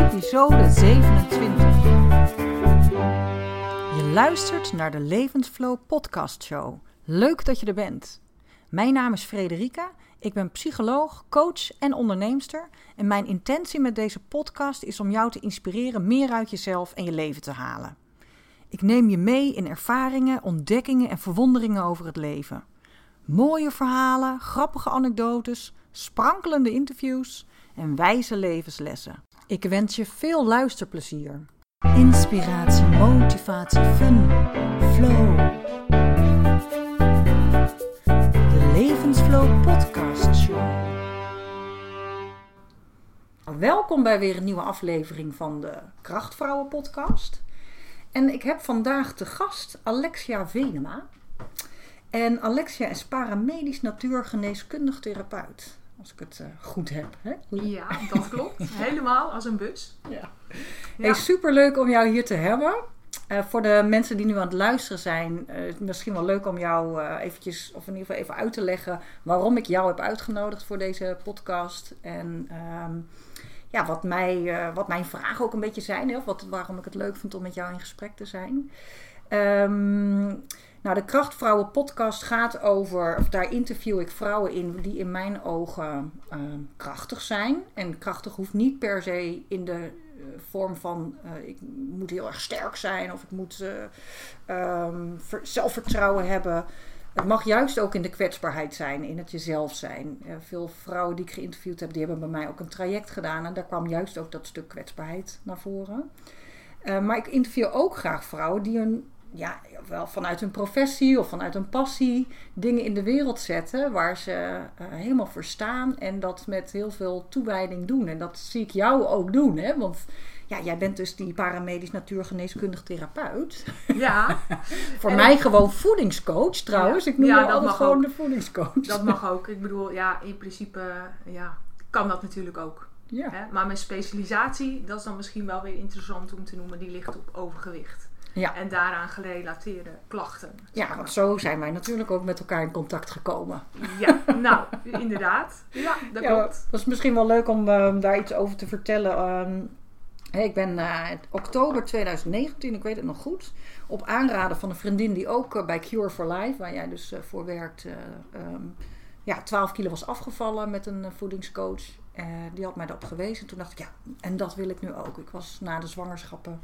episode 27. Je luistert naar de Levensflow podcast show. Leuk dat je er bent. Mijn naam is Frederika, ik ben psycholoog, coach en onderneemster. En mijn intentie met deze podcast is om jou te inspireren meer uit jezelf en je leven te halen. Ik neem je mee in ervaringen, ontdekkingen en verwonderingen over het leven. Mooie verhalen, grappige anekdotes, sprankelende interviews en wijze levenslessen. Ik wens je veel luisterplezier. Inspiratie, motivatie, fun, flow. De Levensflow podcast show. Welkom bij weer een nieuwe aflevering van de Krachtvrouwen podcast. En ik heb vandaag te gast Alexia Venema. En Alexia is paramedisch natuurgeneeskundig therapeut. Als ik het goed heb. Hè? Ja, dat klopt. Helemaal als een bus. Ja. Hey, superleuk om jou hier te hebben. Voor de mensen die nu aan het luisteren zijn, misschien wel leuk om jou eventjes, of in ieder geval even uit te leggen waarom ik jou heb uitgenodigd voor deze podcast. En wat mijn vragen ook een beetje zijn. Hè? Waarom ik het leuk vind om met jou in gesprek te zijn. Nou, de Krachtvrouwen podcast gaat over, of daar interview ik vrouwen in die in mijn ogen krachtig zijn. En krachtig hoeft niet per se in de vorm van ik moet heel erg sterk zijn of ik moet zelfvertrouwen hebben. Het mag juist ook in de kwetsbaarheid zijn, in het jezelf zijn. Veel vrouwen die ik geïnterviewd heb, die hebben bij mij ook een traject gedaan. En daar kwam juist ook dat stuk kwetsbaarheid naar voren. Maar ik interview ook graag vrouwen die wel vanuit hun professie of vanuit hun passie dingen in de wereld zetten waar ze helemaal voor staan en dat met heel veel toewijding doen. En dat zie ik jou ook doen, hè? Want ja, jij bent dus die paramedisch natuurgeneeskundig therapeut. Ja. Voor mij gewoon voedingscoach trouwens. Ja. Ik noem je altijd gewoon de voedingscoach. Dat mag ook. Ik bedoel, ja, in principe kan dat natuurlijk ook. Ja. Hè? Maar mijn specialisatie, dat is dan misschien wel weer interessant om te noemen, die ligt op overgewicht. Ja. En daaraan gerelateerde klachten. Ja, want zo zijn wij natuurlijk ook met elkaar in contact gekomen. Ja, nou, inderdaad. Ja, dat klopt. Dat is misschien wel leuk om daar iets over te vertellen. Ik ben oktober 2019, ik weet het nog goed, op aanraden van een vriendin die ook bij Cure for Life, waar jij dus voor werkt, 12 kilo was afgevallen met een voedingscoach. Die had mij daarop gewezen. Toen dacht ik, ja, en dat wil ik nu ook. Ik was na de zwangerschappen...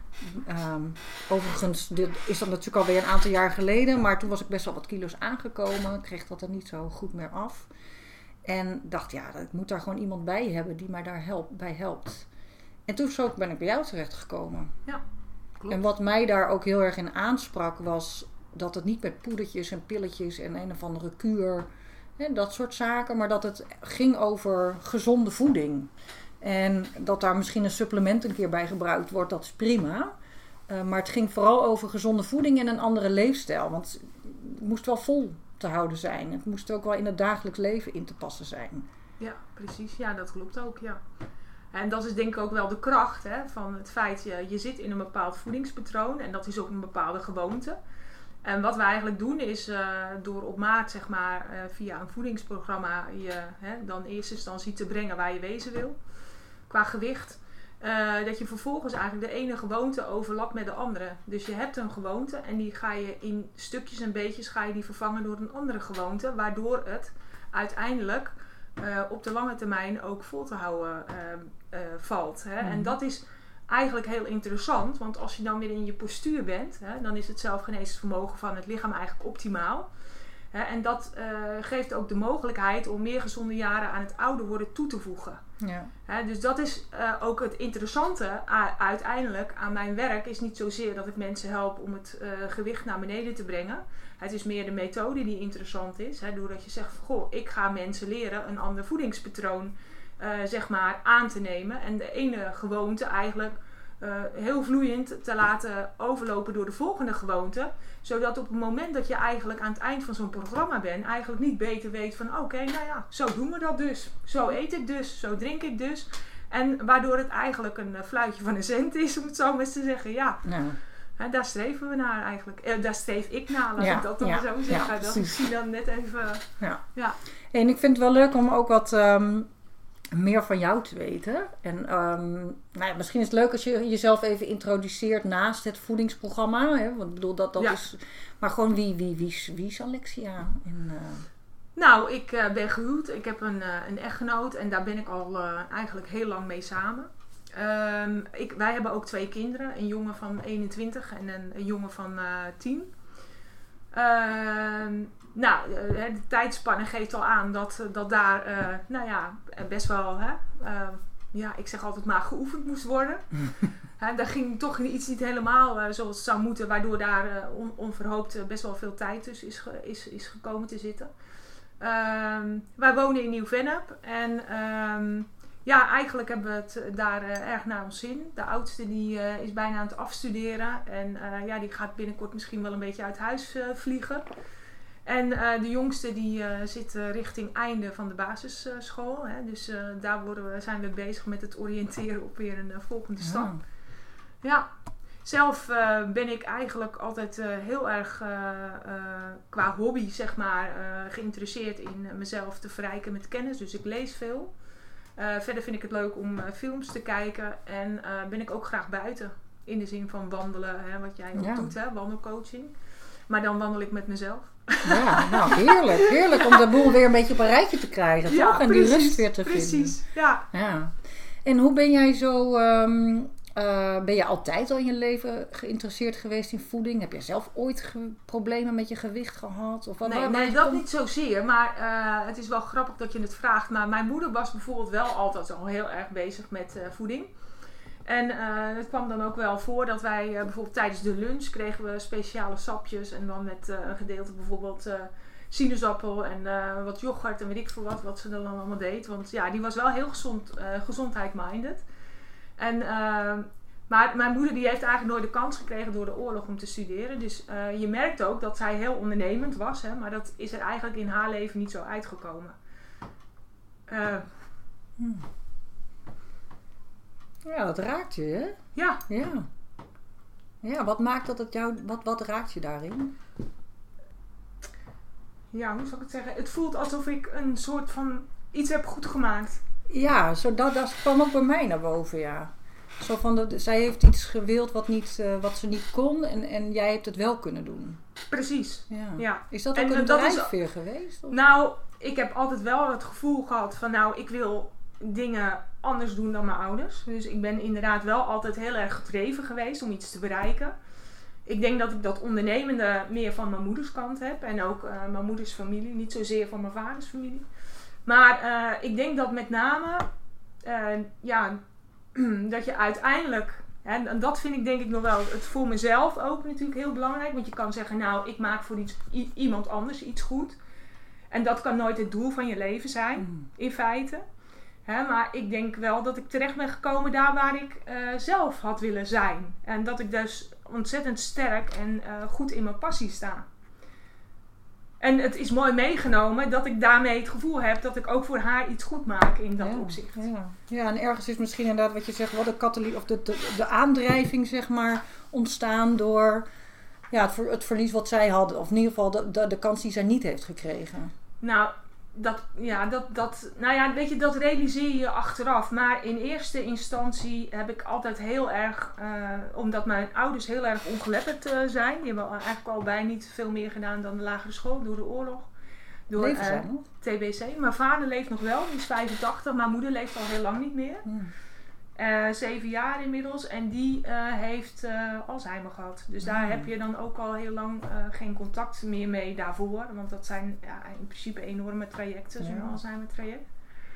overigens, dit is dat natuurlijk alweer een aantal jaar geleden, maar toen was ik best wel wat kilo's aangekomen. Ik kreeg dat er niet zo goed meer af. En dacht, ja, ik moet daar gewoon iemand bij hebben die mij daar bij helpt. En toen ben ik bij jou terechtgekomen. Ja, klopt. En wat mij daar ook heel erg in aansprak was dat het niet met poedertjes en pilletjes en een of andere kuur, dat soort zaken, maar dat het ging over gezonde voeding. En dat daar misschien een supplement een keer bij gebruikt wordt, dat is prima. Maar het ging vooral over gezonde voeding en een andere leefstijl. Want het moest wel vol te houden zijn. Het moest ook wel in het dagelijks leven in te passen zijn. Ja, precies. Ja, dat klopt ook, ja. En dat is denk ik ook wel de kracht van het feit, je zit in een bepaald voedingspatroon. En dat is ook een bepaalde gewoonte. En wat we eigenlijk doen is door op maat, zeg maar, via een voedingsprogramma je dan in eerste instantie te brengen waar je wezen wil. Qua gewicht, dat je vervolgens eigenlijk de ene gewoonte overlapt met de andere. Dus je hebt een gewoonte en die ga je in stukjes en beetjes vervangen door een andere gewoonte. Waardoor het uiteindelijk op de lange termijn ook vol te houden valt. Hè? En dat is eigenlijk heel interessant. Want als je dan weer in je postuur bent, dan is het zelfgeneesvermogen van het lichaam eigenlijk optimaal. En dat geeft ook de mogelijkheid om meer gezonde jaren aan het ouder worden toe te voegen. Ja. Dus dat is ook het interessante uiteindelijk aan mijn werk. Is niet zozeer dat ik mensen help om het gewicht naar beneden te brengen. Het is meer de methode die interessant is. Doordat je zegt, goh, ik ga mensen leren een ander voedingspatroon aan te nemen. En de ene gewoonte eigenlijk heel vloeiend te laten overlopen door de volgende gewoonte. Zodat op het moment dat je eigenlijk aan het eind van zo'n programma bent, eigenlijk niet beter weet van oké, zo doen we dat dus. Zo eet ik dus, zo drink ik dus. En waardoor het eigenlijk een fluitje van een cent is, om het zo maar eens te zeggen. Ja. Daar streven we naar eigenlijk. Daar streef ik naar, laat ik dat dan zo zeggen. Dat is misschien dan net even... Ja. En ik vind het wel leuk om ook wat meer van jou te weten. En nou ja, misschien is het leuk als je jezelf even introduceert naast het voedingsprogramma. Hè? Want ik bedoel, dat is... Maar gewoon wie is Alexia? Nou, ik ben gehuwd. Ik heb een echtgenoot en daar ben ik al eigenlijk heel lang mee samen. Wij hebben ook 2 kinderen. Een jongen van 21 en een jongen van 10. De tijdspanne geeft al aan dat daar best wel, ik zeg altijd maar, geoefend moest worden. Daar ging toch iets niet helemaal zoals het zou moeten, waardoor daar onverhoopt best wel veel tijd tussen is gekomen te zitten. Wij wonen in Nieuw-Vennep en eigenlijk hebben we het daar erg naar ons zin. De oudste die is bijna aan het afstuderen en die gaat binnenkort misschien wel een beetje uit huis vliegen. En de jongste die zit richting einde van de basisschool. Dus daar zijn we bezig met het oriënteren op weer een volgende stap. Ja. Zelf ben ik eigenlijk altijd heel erg qua hobby zeg maar geïnteresseerd in mezelf te verrijken met kennis. Dus ik lees veel. Verder vind ik het leuk om films te kijken. En ben ik ook graag buiten. In de zin van wandelen, wat jij ook doet, wandelcoaching. Maar dan wandel ik met mezelf. Ja, nou heerlijk. Heerlijk om de boel weer een beetje op een rijtje te krijgen, toch? En die rust weer te vinden. Precies, ja. En hoe ben jij zo... ben je altijd al in je leven geïnteresseerd geweest in voeding? Heb je zelf ooit problemen met je gewicht gehad? Of nee, dat niet zozeer. Maar het is wel grappig dat je het vraagt. Maar mijn moeder was bijvoorbeeld wel altijd al heel erg bezig met voeding. En het kwam dan ook wel voor dat wij bijvoorbeeld tijdens de lunch kregen we speciale sapjes. En dan met een gedeelte bijvoorbeeld sinaasappel en wat yoghurt en weet ik veel wat ze dan allemaal deed. Want ja, die was wel heel gezondheid-minded. En, maar mijn moeder die heeft eigenlijk nooit de kans gekregen door de oorlog om te studeren. Dus je merkt ook dat zij heel ondernemend was. Hè, maar dat is er eigenlijk in haar leven niet zo uitgekomen. Ja, dat raakt je, hè? Ja. Ja, wat maakt dat het jou... Wat raakt je daarin? Ja, hoe zal ik het zeggen? Het voelt alsof ik een soort van iets heb goed gemaakt. Ja, dat kwam ook bij mij naar boven, ja. Zo van zij heeft iets gewild wat ze niet kon en jij hebt het wel kunnen doen. Precies. Ja. Is dat ook een drijfveer geweest? Of? Nou, ik heb altijd wel het gevoel gehad van ik wil dingen anders doen dan mijn ouders. Dus ik ben inderdaad wel altijd heel erg gedreven geweest om iets te bereiken. Ik denk dat ik dat ondernemende meer van mijn moeders kant heb. En ook mijn moeders familie. Niet zozeer van mijn vaders familie. Maar ik denk dat met name... dat je uiteindelijk... En dat vind ik denk ik nog wel het voor mezelf ook natuurlijk heel belangrijk. Want je kan zeggen, ik maak voor iemand anders iets goed. En dat kan nooit het doel van je leven zijn, in feite. Maar ik denk wel dat ik terecht ben gekomen daar waar ik zelf had willen zijn. En dat ik dus ontzettend sterk en goed in mijn passie sta. En het is mooi meegenomen dat ik daarmee het gevoel heb dat ik ook voor haar iets goed maak in dat opzicht. Ja, en ergens is misschien inderdaad wat je zegt, wat de aandrijving zeg maar ontstaan door het verlies wat zij had. Of in ieder geval de kans die zij niet heeft gekregen. Nou, weet je, dat realiseer je achteraf. Maar in eerste instantie heb ik altijd heel erg, omdat mijn ouders heel erg ongeletterd zijn. Die hebben eigenlijk al niet veel meer gedaan dan de lagere school door de oorlog. Door TBC. Mijn vader leeft nog wel, die is 85. Mijn moeder leeft al heel lang niet meer. 7 jaar inmiddels. En die heeft Alzheimer gehad. Dus daar heb je dan ook al heel lang geen contact meer mee daarvoor. Want dat zijn in principe enorme trajecten, zo'n Alzheimer traject.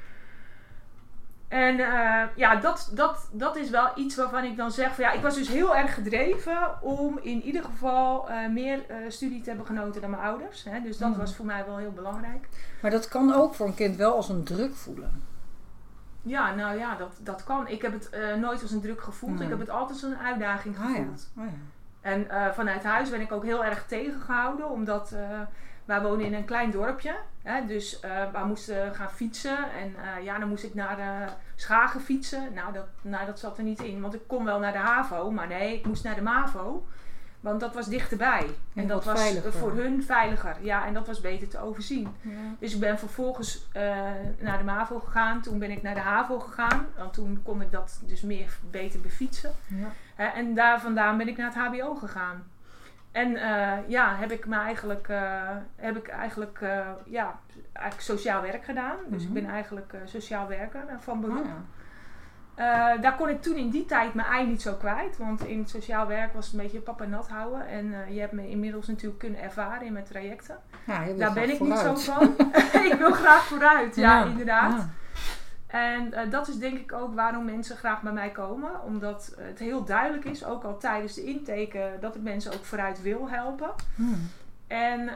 En dat is wel iets waarvan ik dan zeg van ik was dus heel erg gedreven om in ieder geval meer studie te hebben genoten dan mijn ouders. Hè? Dus dat was voor mij wel heel belangrijk. Maar dat kan ook voor een kind wel als een druk voelen. Ja, dat kan. Ik heb het nooit als een druk gevoeld. Nee. Ik heb het altijd als een uitdaging gevoeld. En vanuit huis ben ik ook heel erg tegengehouden. Omdat wij wonen in een klein dorpje. Hè, dus wij moesten gaan fietsen. En dan moest ik naar Schagen fietsen. Nou, dat zat er niet in. Want ik kon wel naar de HAVO. Maar nee, ik moest naar de MAVO. Want dat was dichterbij. En dat was voor hun veiliger. Ja, en dat was beter te overzien. Ja. Dus ik ben vervolgens naar de MAVO gegaan. Toen ben ik naar de HAVO gegaan. Want toen kon ik dat dus beter befietsen. Ja. En daar vandaan ben ik naar het HBO gegaan. En heb ik eigenlijk sociaal werk gedaan. Dus ik ben eigenlijk sociaal werker van beroep. Ja. Daar kon ik toen in die tijd mijn ei niet zo kwijt. Want in het sociaal werk was het een beetje papa nat houden. En je hebt me inmiddels natuurlijk kunnen ervaren in mijn trajecten. Ja, daar ben ik niet zo van. Ik wil graag vooruit, ja inderdaad. Ja. En dat is denk ik ook waarom mensen graag bij mij komen. Omdat het heel duidelijk is, ook al tijdens de intake, dat ik mensen ook vooruit wil helpen. En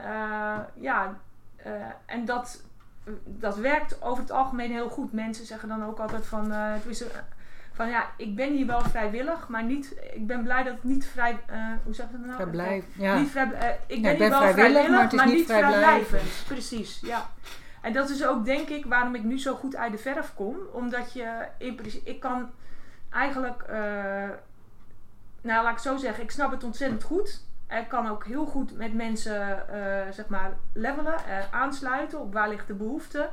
en dat werkt over het algemeen heel goed. Mensen zeggen dan ook altijd van ik ben hier wel vrijwillig, maar niet. Ik ben blij dat het niet vrij. Hoe zeg je dat nou? Vrijblijf. Ja. Ik ben hier wel vrijwillig, maar het is niet vrijblijvend. Precies, ja. En dat is ook denk ik waarom ik nu zo goed uit de verf kom. Omdat ik kan eigenlijk, laat ik zo zeggen, ik snap het ontzettend goed. Ik kan ook heel goed met mensen, levelen, aansluiten op waar ligt de behoefte.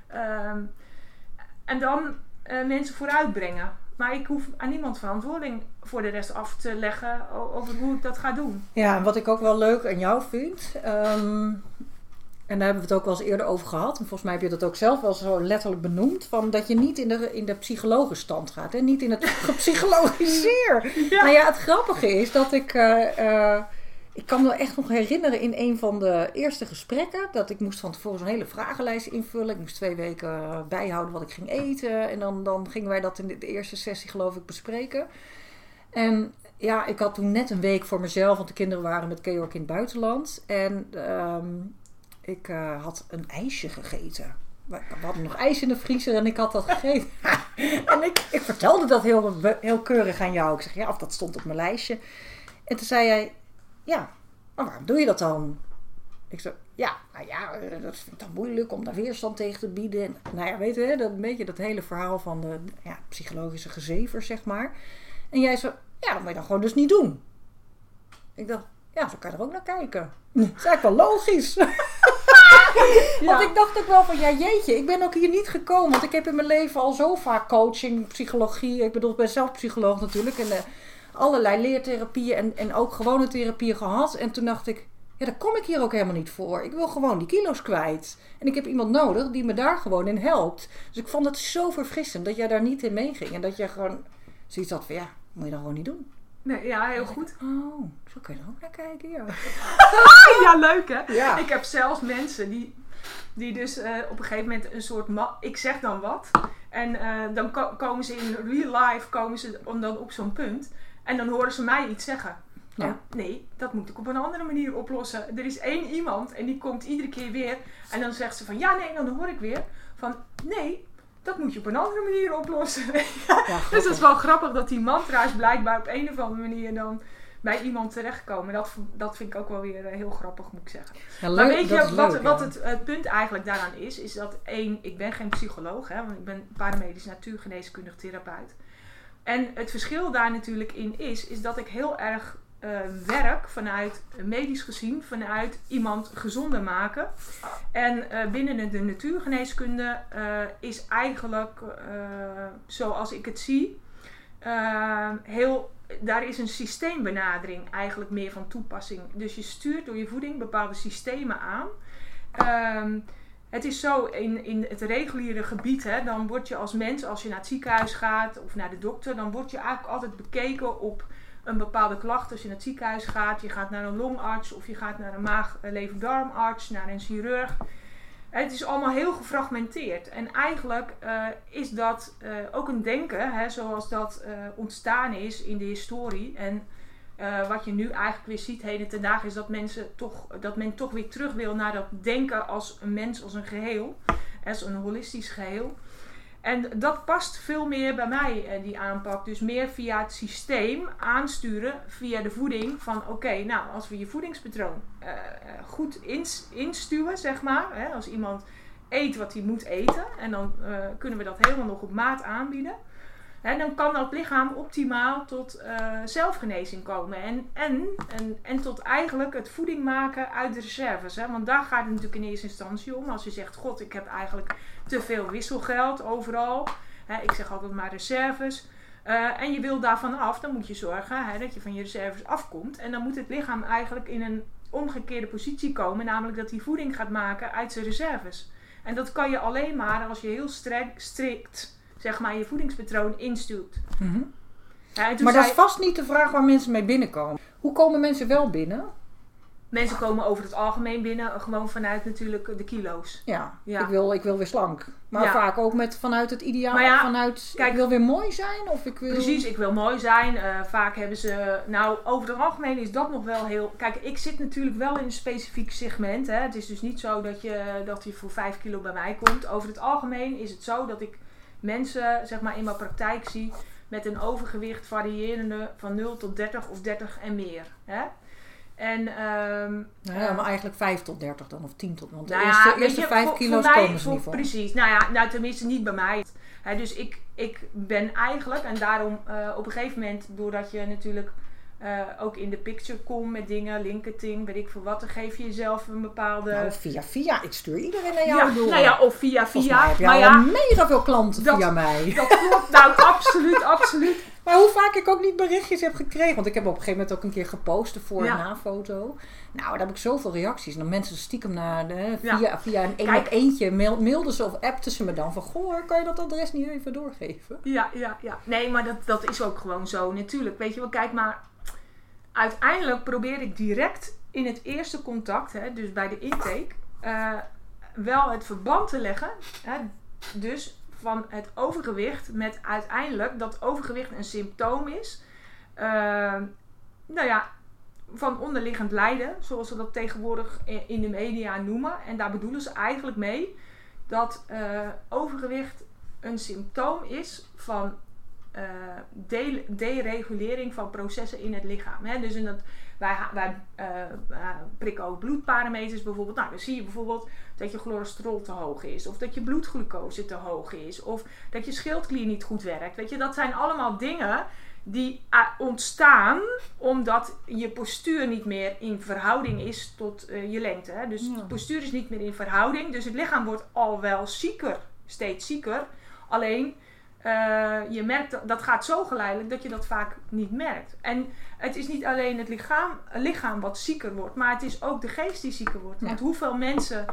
En dan mensen vooruit brengen. Maar ik hoef aan niemand verantwoording voor de rest af te leggen over hoe ik dat ga doen. Ja, en wat ik ook wel leuk aan jou vind. En daar hebben we het ook wel eens eerder over gehad. En volgens mij heb je dat ook zelf wel zo letterlijk benoemd. Van dat je niet in de psychologenstand gaat. Hè? Niet in het gepsychologiseer. Ja. Nou ja, het grappige is dat ik kan me echt nog herinneren in een van de eerste gesprekken. Dat ik moest van tevoren zo'n hele vragenlijst invullen. Ik moest 2 weken bijhouden wat ik ging eten. En dan gingen wij dat in de eerste sessie geloof ik bespreken. En ja, ik had toen net een week voor mezelf. Want de kinderen waren met Georg in het buitenland. En ik had een ijsje gegeten. We hadden nog ijs in de vriezer en ik had dat gegeten. En ik vertelde dat heel keurig aan jou. Ik zeg, ja, of dat stond op mijn lijstje. En toen zei jij, ja, maar waarom doe je dat dan? Ik zei, dat vind ik dan moeilijk om daar weerstand tegen te bieden. En, nou ja, weet je, dat een beetje dat hele verhaal van de psychologische gezever, zeg maar. En jij zei, ja, dat moet je dan gewoon dus niet doen. Ik dacht, ja, zo kan je er ook naar kijken. Dat is eigenlijk wel logisch. Want ik dacht ook wel van, ja jeetje, ik ben ook hier niet gekomen. Want ik heb in mijn leven al zo vaak coaching, psychologie. Ik bedoel, ik ben zelf psycholoog natuurlijk. En allerlei leertherapieën en ook gewone therapieën gehad. En toen dacht ik, ja, daar kom ik hier ook helemaal niet voor. Ik wil gewoon die kilo's kwijt. En ik heb iemand nodig die me daar gewoon in helpt. Dus ik vond het zo verfrissend dat jij daar niet in meeging. En dat jij gewoon zoiets had van, ja, moet je dan gewoon niet doen. Nee, ja, heel goed. Oh, zo kun je er ook naar kijken, ja. Ja, leuk hè? Ja. Ik heb zelfs mensen die dus op een gegeven moment een soort... ik zeg dan wat. En dan komen ze in real life dan op zo'n punt. En dan horen ze mij iets zeggen. Ja. En nee, dat moet ik op een andere manier oplossen. Er is 1 iemand en die komt iedere keer weer. En dan zegt ze van, ja nee, dan hoor ik weer van, nee... Dat moet je op een andere manier oplossen. Ja, dus het is wel grappig dat die mantra's blijkbaar op een of andere manier dan bij iemand terechtkomen. Dat vind ik ook wel weer heel grappig, moet ik zeggen. Ja, leuk, maar weet je wat het punt eigenlijk daaraan is dat 1, ik ben geen psycholoog, hè, want ik ben paramedisch natuurgeneeskundig therapeut. En het verschil daar natuurlijk in is dat ik heel erg werk medisch gezien, vanuit iemand gezonder maken. En binnen de natuurgeneeskunde is eigenlijk, zoals ik het zie, daar is een systeembenadering eigenlijk meer van toepassing. Dus je stuurt door je voeding bepaalde systemen aan. Het is zo, in het reguliere gebied, hè, dan word je als mens, als je naar het ziekenhuis gaat of naar de dokter, dan word je eigenlijk altijd bekeken op een bepaalde klacht. Als je naar het ziekenhuis gaat, je gaat naar een longarts of je gaat naar een maag-lever-darmarts, naar een chirurg. Het is allemaal heel gefragmenteerd. En eigenlijk is dat ook een denken, hè, zoals dat ontstaan is in de historie. En wat je nu eigenlijk weer ziet heden ten dagen is dat men toch weer terug wil naar dat denken als een mens, als een geheel. Als een holistisch geheel. En dat past veel meer bij mij, die aanpak. Dus meer via het systeem aansturen, via de voeding. Van oké, nou, als we je voedingspatroon goed instuwen, zeg maar. Hè, als iemand eet wat hij moet eten. En dan kunnen we dat helemaal nog op maat aanbieden. dan kan dat lichaam optimaal tot zelfgenezing komen. En tot eigenlijk het voeding maken uit de reserves. Hè? Want daar gaat het natuurlijk in eerste instantie om. Als je zegt, god, ik heb eigenlijk te veel wisselgeld overal. Ik zeg altijd maar reserves. En je wil daarvan af, dan moet je zorgen dat je van je reserves afkomt. En dan moet het lichaam eigenlijk in een omgekeerde positie komen. Namelijk dat hij voeding gaat maken uit zijn reserves. En dat kan je alleen maar als je heel strikt zeg maar, je voedingspatroon instuurt. Mm-hmm. Maar dat is vast niet de vraag waar mensen mee binnenkomen. Hoe komen mensen wel binnen? Mensen komen over het algemeen binnen, gewoon vanuit natuurlijk de kilo's. Ja. Ik wil weer slank. Maar vaak ook vanuit het ideaal. Kijk, ik wil weer mooi zijn. Precies, ik wil mooi zijn. Vaak hebben ze... Nou, over het algemeen is dat nog wel heel... Kijk, ik zit natuurlijk wel in een specifiek segment. Hè. Het is dus niet zo dat je voor 5 kilo bij mij komt. Over het algemeen is het zo dat ik mensen zeg maar, in mijn praktijk zie met een overgewicht variërende van 0 tot 30 of 30 en meer. Hè. En, maar eigenlijk 5 tot 30 dan, of 10 tot... Want de eerste 5 kilo's komen ze niet voor. Precies, tenminste niet bij mij. Dus ik ben eigenlijk, en daarom op een gegeven moment, doordat je natuurlijk ook in de picture komt met dingen, LinkedIn, weet ik veel wat, dan geef je jezelf een bepaalde... Nou, via, ik stuur iedereen naar jou door. Nou ja, of via. Heb je al mega veel klanten via mij. Dat klopt, nou absoluut. Maar hoe vaak ik ook niet berichtjes heb gekregen. Want ik heb op een gegeven moment ook een keer gepost, de voor- en na-foto. Nou, daar heb ik zoveel reacties. En dan mensen stiekem via een één op eentje mailden ze of appten ze me dan van... Goh, kan je dat adres niet even doorgeven? Ja. Nee, maar dat is ook gewoon zo natuurlijk. Weet je wel, kijk maar. Uiteindelijk probeer ik direct in het eerste contact, dus bij de intake, wel het verband te leggen. Dus van het overgewicht met uiteindelijk dat overgewicht een symptoom is. Van onderliggend lijden, zoals ze dat tegenwoordig in de media noemen. En daar bedoelen ze eigenlijk mee dat overgewicht een symptoom is van deregulering van processen in het lichaam. Hè? Dus wij prikken ook bloedparameters bijvoorbeeld. Nou, dan zie je bijvoorbeeld dat je cholesterol te hoog is. Of dat je bloedglucose te hoog is. Of dat je schildklier niet goed werkt. Weet je, dat zijn allemaal dingen die ontstaan omdat je postuur niet meer in verhouding is tot je lengte. Hè? Dus de postuur is niet meer in verhouding. Dus het lichaam wordt al wel zieker, steeds zieker. Alleen... je merkt dat gaat zo geleidelijk dat je dat vaak niet merkt. En het is niet alleen het lichaam wat zieker wordt, maar het is ook de geest die zieker wordt. Want hoeveel mensen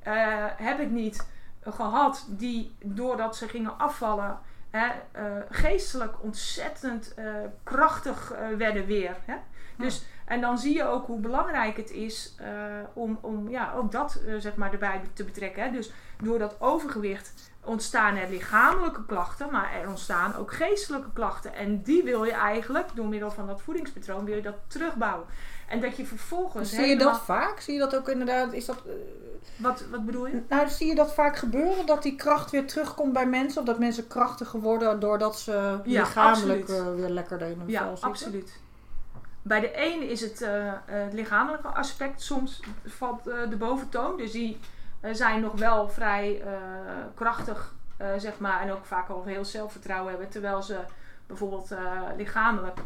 heb ik niet gehad die doordat ze gingen afvallen geestelijk ontzettend krachtig werden weer. Hè? Dus, en dan zie je ook hoe belangrijk het is om ook dat zeg maar erbij te betrekken. Hè? Dus door dat overgewicht ontstaan er lichamelijke klachten, maar er ontstaan ook geestelijke klachten. En die wil je eigenlijk, door middel van dat voedingspatroon, wil je dat terugbouwen. En dat je vervolgens... Zie je dat vaak? Zie je dat ook inderdaad? Is dat, Wat bedoel je? Nou, zie je dat vaak gebeuren? Dat die kracht weer terugkomt bij mensen? Of dat mensen krachtiger worden doordat ze lichamelijk weer lekker in hun vel zitten? Absoluut. Bij de een is het lichamelijke aspect soms valt de boventoon. Dus die zijn nog wel vrij krachtig, zeg maar. En ook vaak al heel zelfvertrouwen hebben. Terwijl ze bijvoorbeeld lichamelijk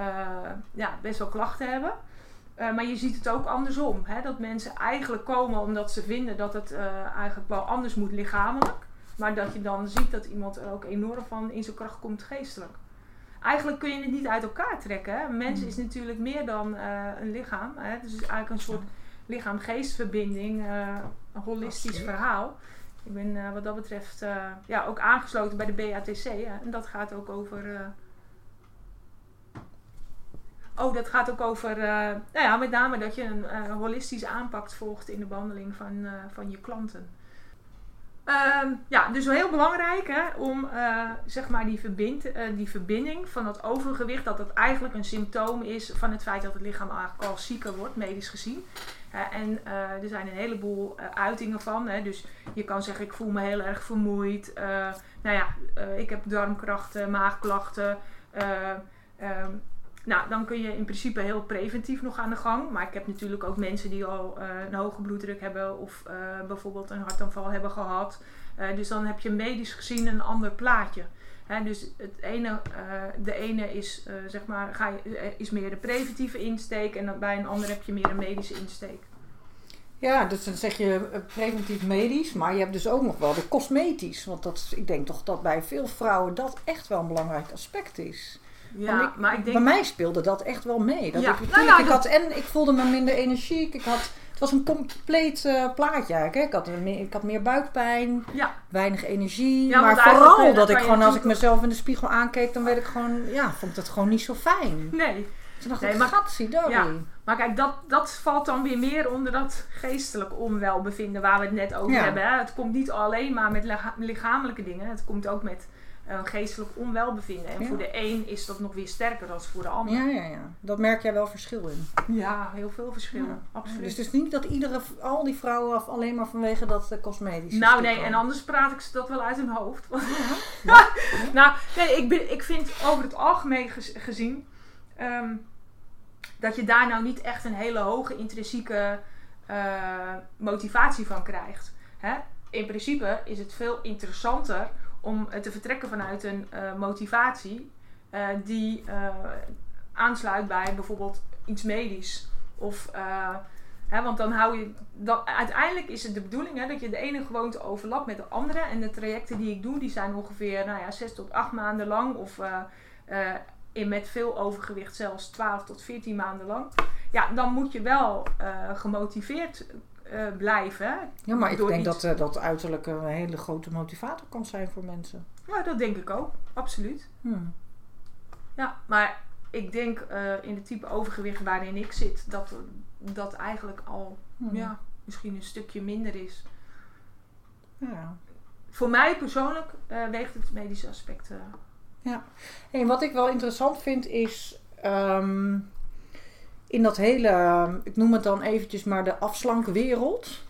best wel klachten hebben. Maar je ziet het ook andersom. Hè? Dat mensen eigenlijk komen omdat ze vinden dat het eigenlijk wel anders moet lichamelijk. Maar dat je dan ziet dat iemand er ook enorm van in zijn kracht komt geestelijk. Eigenlijk kun je het niet uit elkaar trekken. Hè? Een mens is natuurlijk meer dan een lichaam. Hè? Dus het is eigenlijk een soort lichaam-geestverbinding. Een holistisch verhaal. Ik ben wat dat betreft ook aangesloten bij de BATC. En dat gaat ook over... dat gaat ook over met name dat je een holistische aanpak volgt in de behandeling van je klanten. Dus heel belangrijk om zeg maar die verbinding van dat overgewicht, dat het eigenlijk een symptoom is van het feit dat het lichaam eigenlijk al zieker wordt, medisch gezien. Er zijn een heleboel uitingen van. Dus je kan zeggen, ik voel me heel erg vermoeid. Ik heb darmklachten, maagklachten. Dan kun je in principe heel preventief nog aan de gang. Maar ik heb natuurlijk ook mensen die al een hoge bloeddruk hebben of bijvoorbeeld een hartaanval hebben gehad. Dus dan heb je medisch gezien een ander plaatje. Dus de ene is, zeg maar, is meer de preventieve insteek en dan bij een ander heb je meer een medische insteek. Ja, dus dan zeg je preventief medisch, maar je hebt dus ook nog wel de cosmetisch. Want ik denk toch dat bij veel vrouwen dat echt wel een belangrijk aspect is. Ja, maar ik denk... Bij mij speelde dat echt wel mee. Dat Ja, ik voelde me minder energiek. Het was een compleet plaatje eigenlijk. Ik had meer buikpijn, weinig energie. Ja, maar vooral dat ik gewoon als ik mezelf in de spiegel aankeek, dan werd ik gewoon, vond ik het gewoon niet zo fijn. Nee. Toen dacht ik, gatsidori. Ja, maar kijk, dat valt dan weer meer onder dat geestelijk onwelbevinden waar we het net over hebben. Hè? Het komt niet alleen maar met lichamelijke dingen. Het komt ook met geestelijk onwelbevinden. En voor de een is dat nog weer sterker dan voor de ander. Ja. Dat merk jij wel verschil in. Ja, heel veel verschillen. Absoluut. Dus het is niet dat al die vrouwen alleen maar vanwege dat cosmetische Nou nee, en anders praat ik ze dat wel uit hun hoofd. Ik vind over het algemeen gezien... dat je daar nou niet echt een hele hoge intrinsieke motivatie van krijgt. Hè? In principe is het veel interessanter om te vertrekken vanuit een motivatie die aansluit bij bijvoorbeeld iets medisch. Want dan hou je... uiteindelijk is het de bedoeling dat je de ene gewoonte overlapt met de andere. En de trajecten die ik doe, die zijn ongeveer 6 tot 8 maanden lang. Of met veel overgewicht zelfs 12 tot 14 maanden lang. Ja, dan moet je wel gemotiveerd blijven. Ja, maar ik denk dat uiterlijk een hele grote motivator kan zijn voor mensen. Ja, dat denk ik ook. Absoluut. Ja, maar ik denk in het type overgewicht waarin ik zit, dat eigenlijk al misschien een stukje minder is. Ja. Voor mij persoonlijk weegt het medische aspect. Ja. En wat ik wel interessant vind is in dat hele, ik noem het dan eventjes maar de afslankwereld,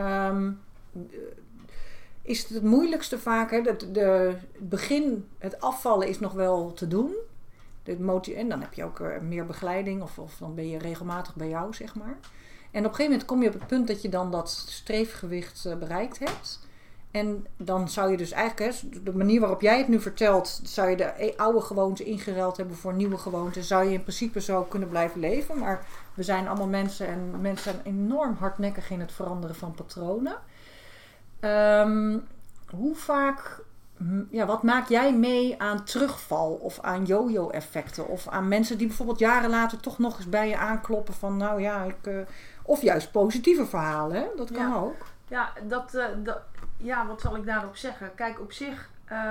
is het moeilijkste vaak, het begin, het afvallen is nog wel te doen. En dan heb je ook meer begeleiding of dan ben je regelmatig bij jou, zeg maar. En op een gegeven moment kom je op het punt dat je dan dat streefgewicht bereikt hebt. En dan zou je dus eigenlijk, de manier waarop jij het nu vertelt, zou je de oude gewoonten ingeruild hebben voor nieuwe gewoonten. Zou je in principe zo kunnen blijven leven. Maar we zijn allemaal mensen en mensen zijn enorm hardnekkig in het veranderen van patronen. Hoe vaak, wat maak jij mee aan terugval of aan yo-yo effecten? Of aan mensen die bijvoorbeeld jaren later toch nog eens bij je aankloppen van of juist positieve verhalen, hè? Dat kan ook. Ja, wat zal ik daarop zeggen? Kijk, op zich,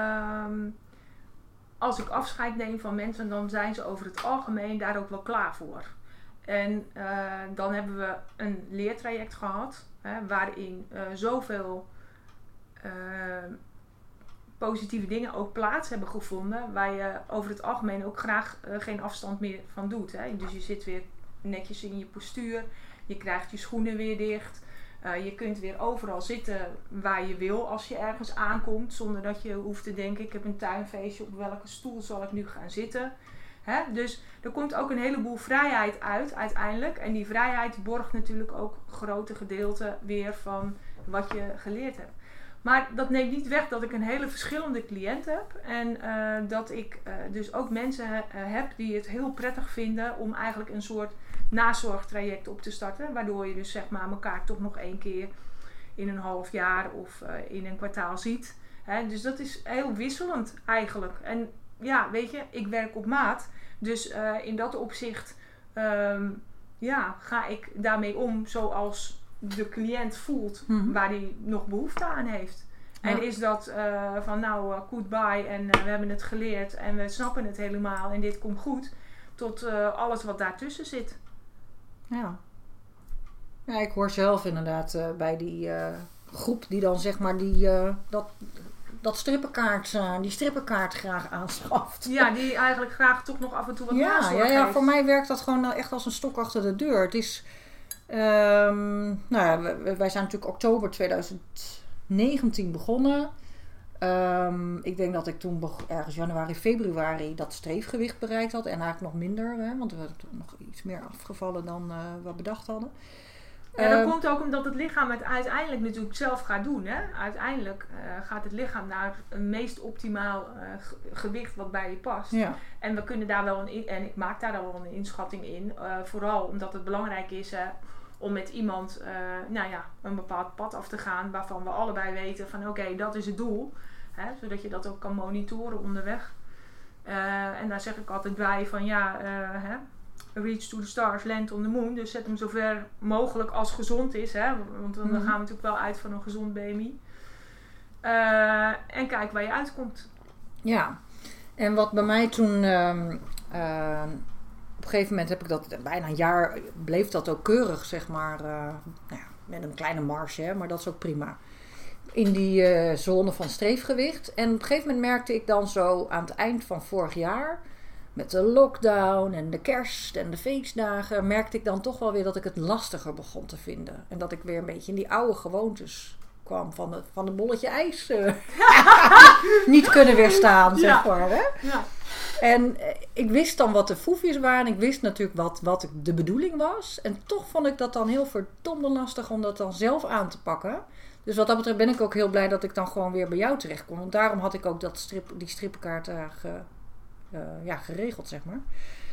als ik afscheid neem van mensen, dan zijn ze over het algemeen daar ook wel klaar voor. En dan hebben we een leertraject gehad, waarin zoveel positieve dingen ook plaats hebben gevonden, waar je over het algemeen ook graag geen afstand meer van doet. Hè? Dus je zit weer netjes in je postuur, je krijgt je schoenen weer dicht. Je kunt weer overal zitten waar je wil als je ergens aankomt. Zonder dat je hoeft te denken, ik heb een tuinfeestje, op welke stoel zal ik nu gaan zitten. Dus er komt ook een heleboel vrijheid uit uiteindelijk. En die vrijheid borgt natuurlijk ook grote gedeelten weer van wat je geleerd hebt. Maar dat neemt niet weg dat ik een hele verschillende cliënt heb. En dat ik dus ook mensen heb die het heel prettig vinden om eigenlijk een soort nazorgtraject op te starten. Waardoor je dus zeg maar elkaar toch nog 1 keer in een half jaar of in een kwartaal ziet. Dus dat is heel wisselend eigenlijk. En ja, weet je, ik werk op maat. Dus in dat opzicht ga ik daarmee om zoals de cliënt voelt waar hij nog behoefte aan heeft. Ja. En is dat goodbye en we hebben het geleerd en we snappen het helemaal en dit komt goed. Tot alles wat daartussen zit. Ja. Ja, ik hoor zelf inderdaad bij die groep die dan zeg maar die strippenkaart graag aanschaft. Ja, die eigenlijk graag toch nog af en toe wat nazorg heeft. Ja, voor mij werkt dat gewoon echt als een stok achter de deur. Het is, wij zijn natuurlijk oktober 2019 begonnen. Ik denk dat ik toen ergens januari, februari dat streefgewicht bereikt had. En eigenlijk nog minder, want we hadden toen nog iets meer afgevallen dan we bedacht hadden. Ja, dat komt ook omdat het lichaam het uiteindelijk natuurlijk zelf gaat doen. Hè? Uiteindelijk gaat het lichaam naar een meest optimaal gewicht wat bij je past. Ja. En we kunnen daar wel en ik maak daar wel een inschatting in. Vooral omdat het belangrijk is om met iemand een bepaald pad af te gaan waarvan we allebei weten van oké, dat is het doel. Hè? Zodat je dat ook kan monitoren onderweg. En daar zeg ik altijd bij van reach to the stars, land on the moon. Dus zet hem zo ver mogelijk als gezond is. Hè? Want dan gaan we natuurlijk wel uit van een gezond BMI. En kijk waar je uitkomt. Ja, en wat bij mij toen... op een gegeven moment heb ik dat bijna een jaar... bleef dat ook keurig, zeg maar. Met een kleine marge, hè, maar dat is ook prima. In die zone van streefgewicht. En op een gegeven moment merkte ik dan zo aan het eind van vorig jaar... met de lockdown en de kerst en de feestdagen... merkte ik dan toch wel weer dat ik het lastiger begon te vinden. En dat ik weer een beetje in die oude gewoontes kwam van het bolletje ijs. Niet kunnen weerstaan, zeg maar. Hè? Ja. En ik wist dan wat de foefjes waren. Ik wist natuurlijk wat de bedoeling was. En toch vond ik dat dan heel verdomde lastig om dat dan zelf aan te pakken. Dus wat dat betreft ben ik ook heel blij dat ik dan gewoon weer bij jou terecht kom. Want daarom had ik ook die strippenkaart geregeld, zeg maar.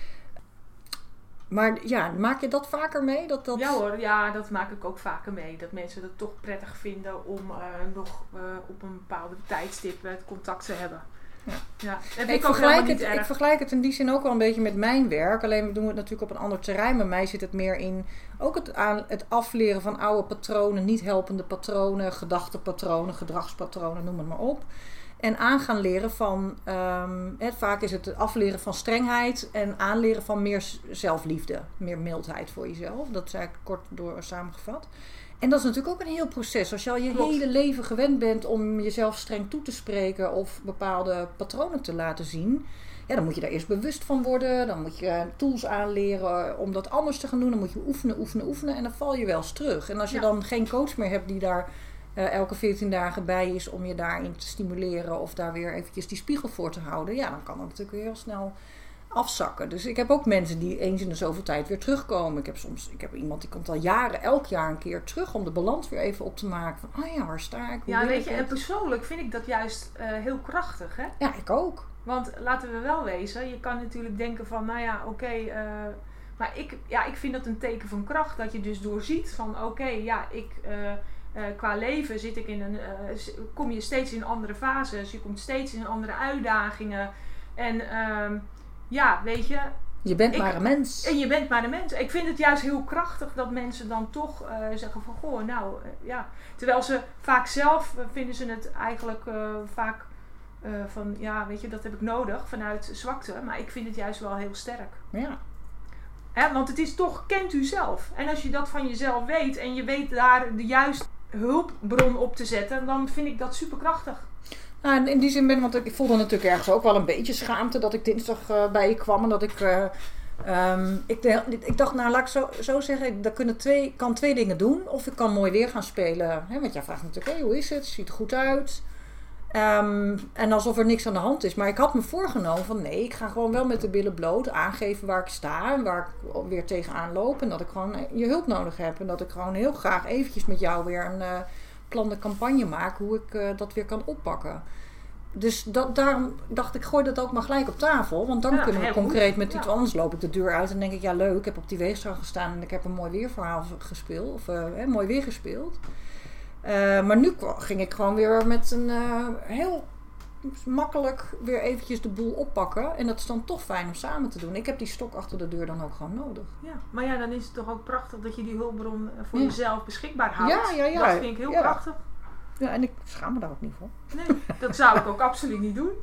Maar ja, maak je dat vaker mee? Ja hoor, ja, dat maak ik ook vaker mee. Dat mensen het toch prettig vinden om nog op een bepaalde tijdstip het contact te hebben. Ja. Ik vergelijk het in die zin ook wel een beetje met mijn werk. Alleen we doen het natuurlijk op een ander terrein. Bij mij zit het meer in ook het afleren van oude patronen, niet helpende patronen, gedachtepatronen, gedragspatronen, noem het maar op. En aan gaan leren van, vaak is het afleren van strengheid en aanleren van meer zelfliefde, meer mildheid voor jezelf. Dat is eigenlijk kort door samengevat. En dat is natuurlijk ook een heel proces. Als je al je hele leven gewend bent om jezelf streng toe te spreken of bepaalde patronen te laten zien, ja, dan moet je daar eerst bewust van worden. Dan moet je tools aanleren om dat anders te gaan doen. Dan moet je oefenen en dan val je wel eens terug. En als je dan geen coach meer hebt die daar elke 14 dagen bij is om je daarin te stimuleren of daar weer eventjes die spiegel voor te houden, ja, dan kan dat natuurlijk weer heel snel afzakken. Dus ik heb ook mensen die eens in de zoveel tijd weer terugkomen. Ik heb iemand die komt al jaren, elk jaar een keer terug om de balans weer even op te maken. Van, oh ja, waar sta ik? Ja, weet je, en persoonlijk vind ik dat juist heel krachtig, hè? Ja, ik ook. Want laten we wel wezen, je kan natuurlijk denken van, nou ja, oké, maar ik vind dat een teken van kracht, dat je dus doorziet van, qua leven zit ik kom je steeds in andere fases, je komt steeds in andere uitdagingen. En weet je... Je bent maar een mens. En je bent maar een mens. Ik vind het juist heel krachtig dat mensen dan toch zeggen van, goh, terwijl ze vaak zelf vinden ze het eigenlijk vaak van, ja, weet je, dat heb ik nodig vanuit zwakte. Maar ik vind het juist wel heel sterk. Ja. Want het is toch, kent u zelf. En als je dat van jezelf weet en je weet daar de juiste hulpbron op te zetten, dan vind ik dat superkrachtig. Nou, in die zin want ik voelde natuurlijk ergens ook wel een beetje schaamte dat ik dinsdag bij je kwam. En dat ik dacht, nou laat ik zo zeggen, ik kan twee dingen doen. Of ik kan mooi weer gaan spelen. Hè, want jij vraagt natuurlijk, hoe is het? Ziet er goed uit? En alsof er niks aan de hand is. Maar ik had me voorgenomen van nee, ik ga gewoon wel met de billen bloot aangeven waar ik sta. En waar ik weer tegenaan loop. En dat ik gewoon je hulp nodig heb. En dat ik gewoon heel graag eventjes met jou weer een plande campagne maak. Hoe ik dat weer kan oppakken. Dus daarom dacht ik, gooi dat ook maar gelijk op tafel. Want dan kunnen we concreet met iets anders. Loop ik de deur uit en denk ik, ja leuk. Ik heb op die weegschaal gestaan en ik heb een mooi weerverhaal gespeeld. Of mooi weer gespeeld. Maar nu ging ik gewoon weer met een heel makkelijk weer eventjes de boel oppakken. En dat is dan toch fijn om samen te doen. Ik heb die stok achter de deur dan ook gewoon nodig. Ja, maar ja, dan is het toch ook prachtig dat je die hulpbron voor jezelf beschikbaar houdt. Ja. Dat vind ik heel prachtig. Ja, en ik schaam me daar ook niet voor. Nee, dat zou ik ook absoluut niet doen.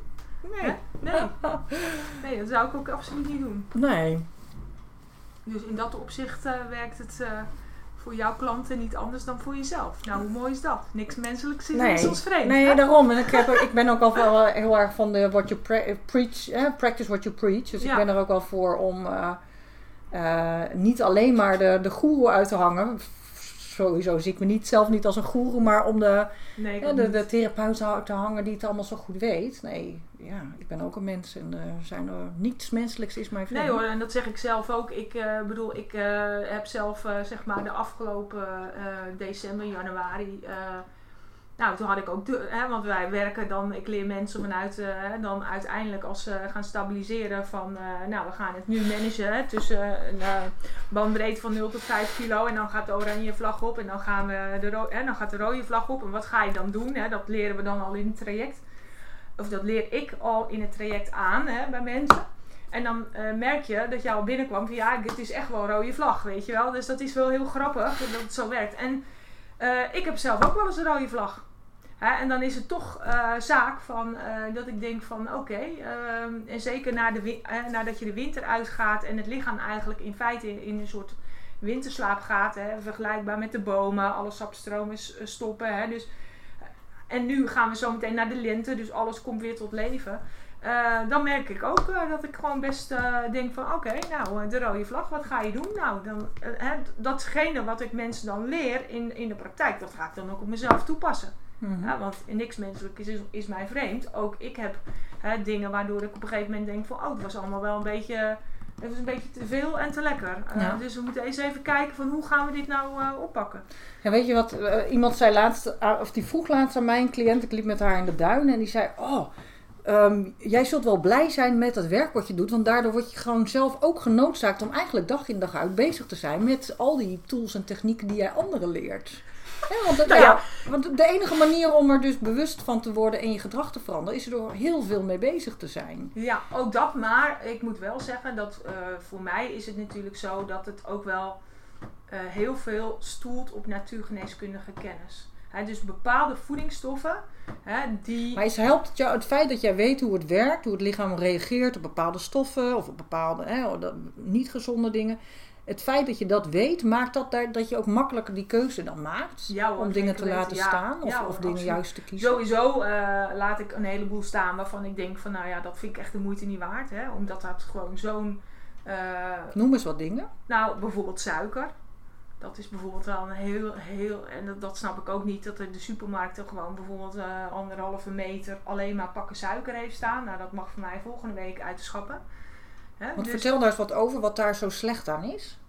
Nee, dat zou ik ook absoluut niet doen. Nee. Dus in dat opzicht werkt het voor jouw klanten niet anders dan voor jezelf. Nou, hoe mooi is dat? Niks menselijks is ons vreemd. Nee, daarom. En ik ben ook al wel heel erg van de what you preach, practice what you preach. Dus ik ben er ook wel voor om niet alleen maar de goeroe uit te hangen. sowieso zie ik me zelf niet als een goeroe, maar om de therapeut te hangen die het allemaal zo goed weet. Nee, ja, ik ben ook een mens en niets menselijks is mij vreemd. Nee hoor, en dat zeg ik zelf ook. Ik heb zelf zeg maar de afgelopen december, januari... toen had ik ook, want wij werken dan, ik leer mensen vanuit, dan uiteindelijk als ze gaan stabiliseren van, we gaan het nu managen tussen een bandbreedte van 0 tot 5 kilo en dan gaat de oranje vlag op en dan dan gaat de rode vlag op. En wat ga je dan doen? Dat leren we dan al in het traject. Of dat leer ik al in het traject aan bij mensen. En dan merk je dat je al binnenkwam van het is echt wel een rode vlag, weet je wel. Dus dat is wel heel grappig dat het zo werkt. En ik heb zelf ook wel eens een rode vlag. En dan is het toch zaak van dat ik denk van en zeker nadat je de winter uitgaat en het lichaam eigenlijk in feite in een soort winterslaap gaat, vergelijkbaar met de bomen, alle sapstromen stoppen. Dus, en nu gaan we zo meteen naar de lente, dus alles komt weer tot leven. Dan merk ik ook dat ik gewoon best denk van de rode vlag, wat ga je doen? Nou, datgene wat ik mensen dan leer in de praktijk, dat ga ik dan ook op mezelf toepassen. Mm-hmm. Want niks menselijk is mij vreemd. Ook ik heb dingen waardoor ik op een gegeven moment denk van het was allemaal wel een beetje te veel en te lekker. Dus we moeten eens even kijken van hoe gaan we dit nou oppakken. Ja, weet je wat, iemand zei laatst, of die vroeg laatst aan mij, een cliënt, ik liep met haar in de duinen en die zei, jij zult wel blij zijn met het werk wat je doet, want daardoor word je gewoon zelf ook genoodzaakt om eigenlijk dag in dag uit bezig te zijn met al die tools en technieken die jij anderen leert. Ja, want de enige manier om er dus bewust van te worden en je gedrag te veranderen, is er door heel veel mee bezig te zijn. Ja, ook dat, maar ik moet wel zeggen dat voor mij is het natuurlijk zo dat het ook wel heel veel stoelt op natuurgeneeskundige kennis. Dus bepaalde voedingsstoffen die... Maar helpt het jou het feit dat jij weet hoe het werkt, hoe het lichaam reageert op bepaalde stoffen of op bepaalde niet gezonde dingen? Het feit dat je dat weet, maakt dat je ook makkelijker die keuze dan maakt? Om dingen te laten staan of dingen juist te kiezen? Sowieso laat ik een heleboel staan waarvan ik denk van dat vind ik echt de moeite niet waard. Omdat dat gewoon zo'n... Noem eens wat dingen. Nou, bijvoorbeeld suiker. Dat is bijvoorbeeld wel een heel... En dat snap ik ook niet, dat er de supermarkten gewoon bijvoorbeeld 1,5 meter alleen maar pakken suiker heeft staan. Nou, dat mag voor mij volgende week uit de schappen. Want vertel daar eens wat over, wat daar zo slecht aan is.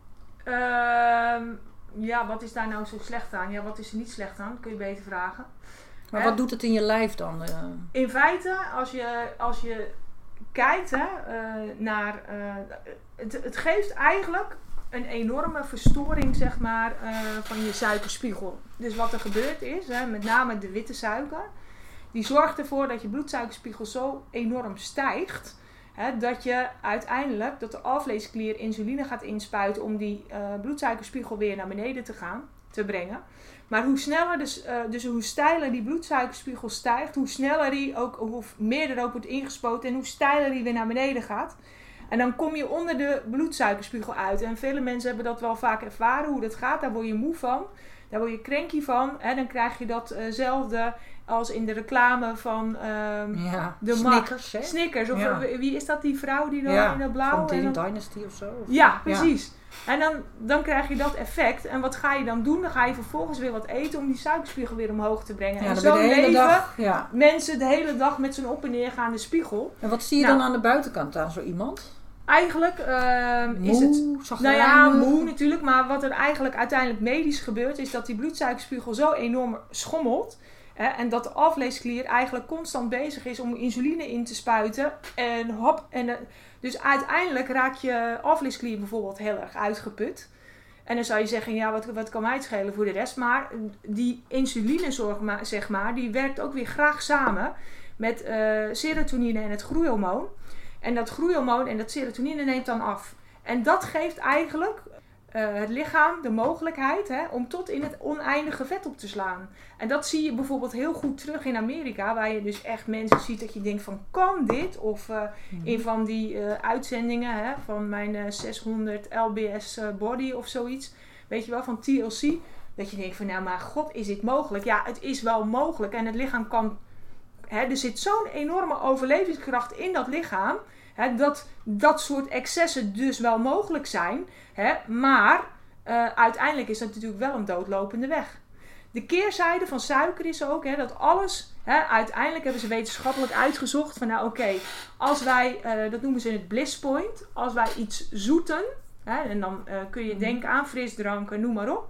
Wat is daar nou zo slecht aan? Ja, wat is er niet slecht aan? Dat kun je beter vragen. Maar wat doet het in je lijf dan? In feite, als je kijkt naar... het geeft eigenlijk een enorme verstoring, zeg maar, van je suikerspiegel. Dus wat er gebeurt is, met name de witte suiker, die zorgt ervoor dat je bloedsuikerspiegel zo enorm stijgt, dat je uiteindelijk, dat de alvleesklier insuline gaat inspuiten om die bloedsuikerspiegel weer naar beneden te brengen. Maar hoe sneller, dus hoe steiler die bloedsuikerspiegel stijgt, hoe sneller die ook, hoe meer er ook wordt ingespoten en hoe steiler die weer naar beneden gaat. En dan kom je onder de bloedsuikerspiegel uit. En vele mensen hebben dat wel vaak ervaren, hoe dat gaat. Daar word je moe van. Daar word je cranky van. Dan krijg je datzelfde als in de reclame van de Snickers. Snickers. Of wie is dat, die vrouw die dan in het blauw... Van Dynasty of zo? Ja, precies. Ja. En dan krijg je dat effect. En wat ga je dan doen? Dan ga je vervolgens weer wat eten om die suikerspiegel weer omhoog te brengen. En zo leven mensen de hele dag met zo'n op- en neergaande spiegel. En wat zie je dan aan de buitenkant aan zo iemand? Eigenlijk is het... moe natuurlijk. Maar wat er eigenlijk uiteindelijk medisch gebeurt, is dat die bloedsuikerspiegel zo enorm schommelt. En dat de alvleesklier eigenlijk constant bezig is om insuline in te spuiten. Dus uiteindelijk raak je alvleesklier bijvoorbeeld heel erg uitgeput. En dan zou je zeggen, wat kan mij het schelen voor de rest? Maar die insulinezorg, zeg maar, die werkt ook weer graag samen met serotonine en het groeihormoon. En dat groeihormoon en dat serotonine neemt dan af. En dat geeft eigenlijk het lichaam de mogelijkheid om tot in het oneindige vet op te slaan. En dat zie je bijvoorbeeld heel goed terug in Amerika, waar je dus echt mensen ziet dat je denkt van, kan dit? Of een van die uitzendingen van mijn 600 lbs body of zoiets, weet je wel, van TLC. Dat je denkt van, nou maar god, is dit mogelijk? Ja, het is wel mogelijk en het lichaam kan... er zit zo'n enorme overlevingskracht in dat lichaam, dat soort excessen dus wel mogelijk zijn. Maar uiteindelijk is dat natuurlijk wel een doodlopende weg. De keerzijde van suiker is ook dat alles, uiteindelijk hebben ze wetenschappelijk uitgezocht van als wij, dat noemen ze het bliss point, als wij iets zoeten, en dan kun je denken aan frisdranken, noem maar op,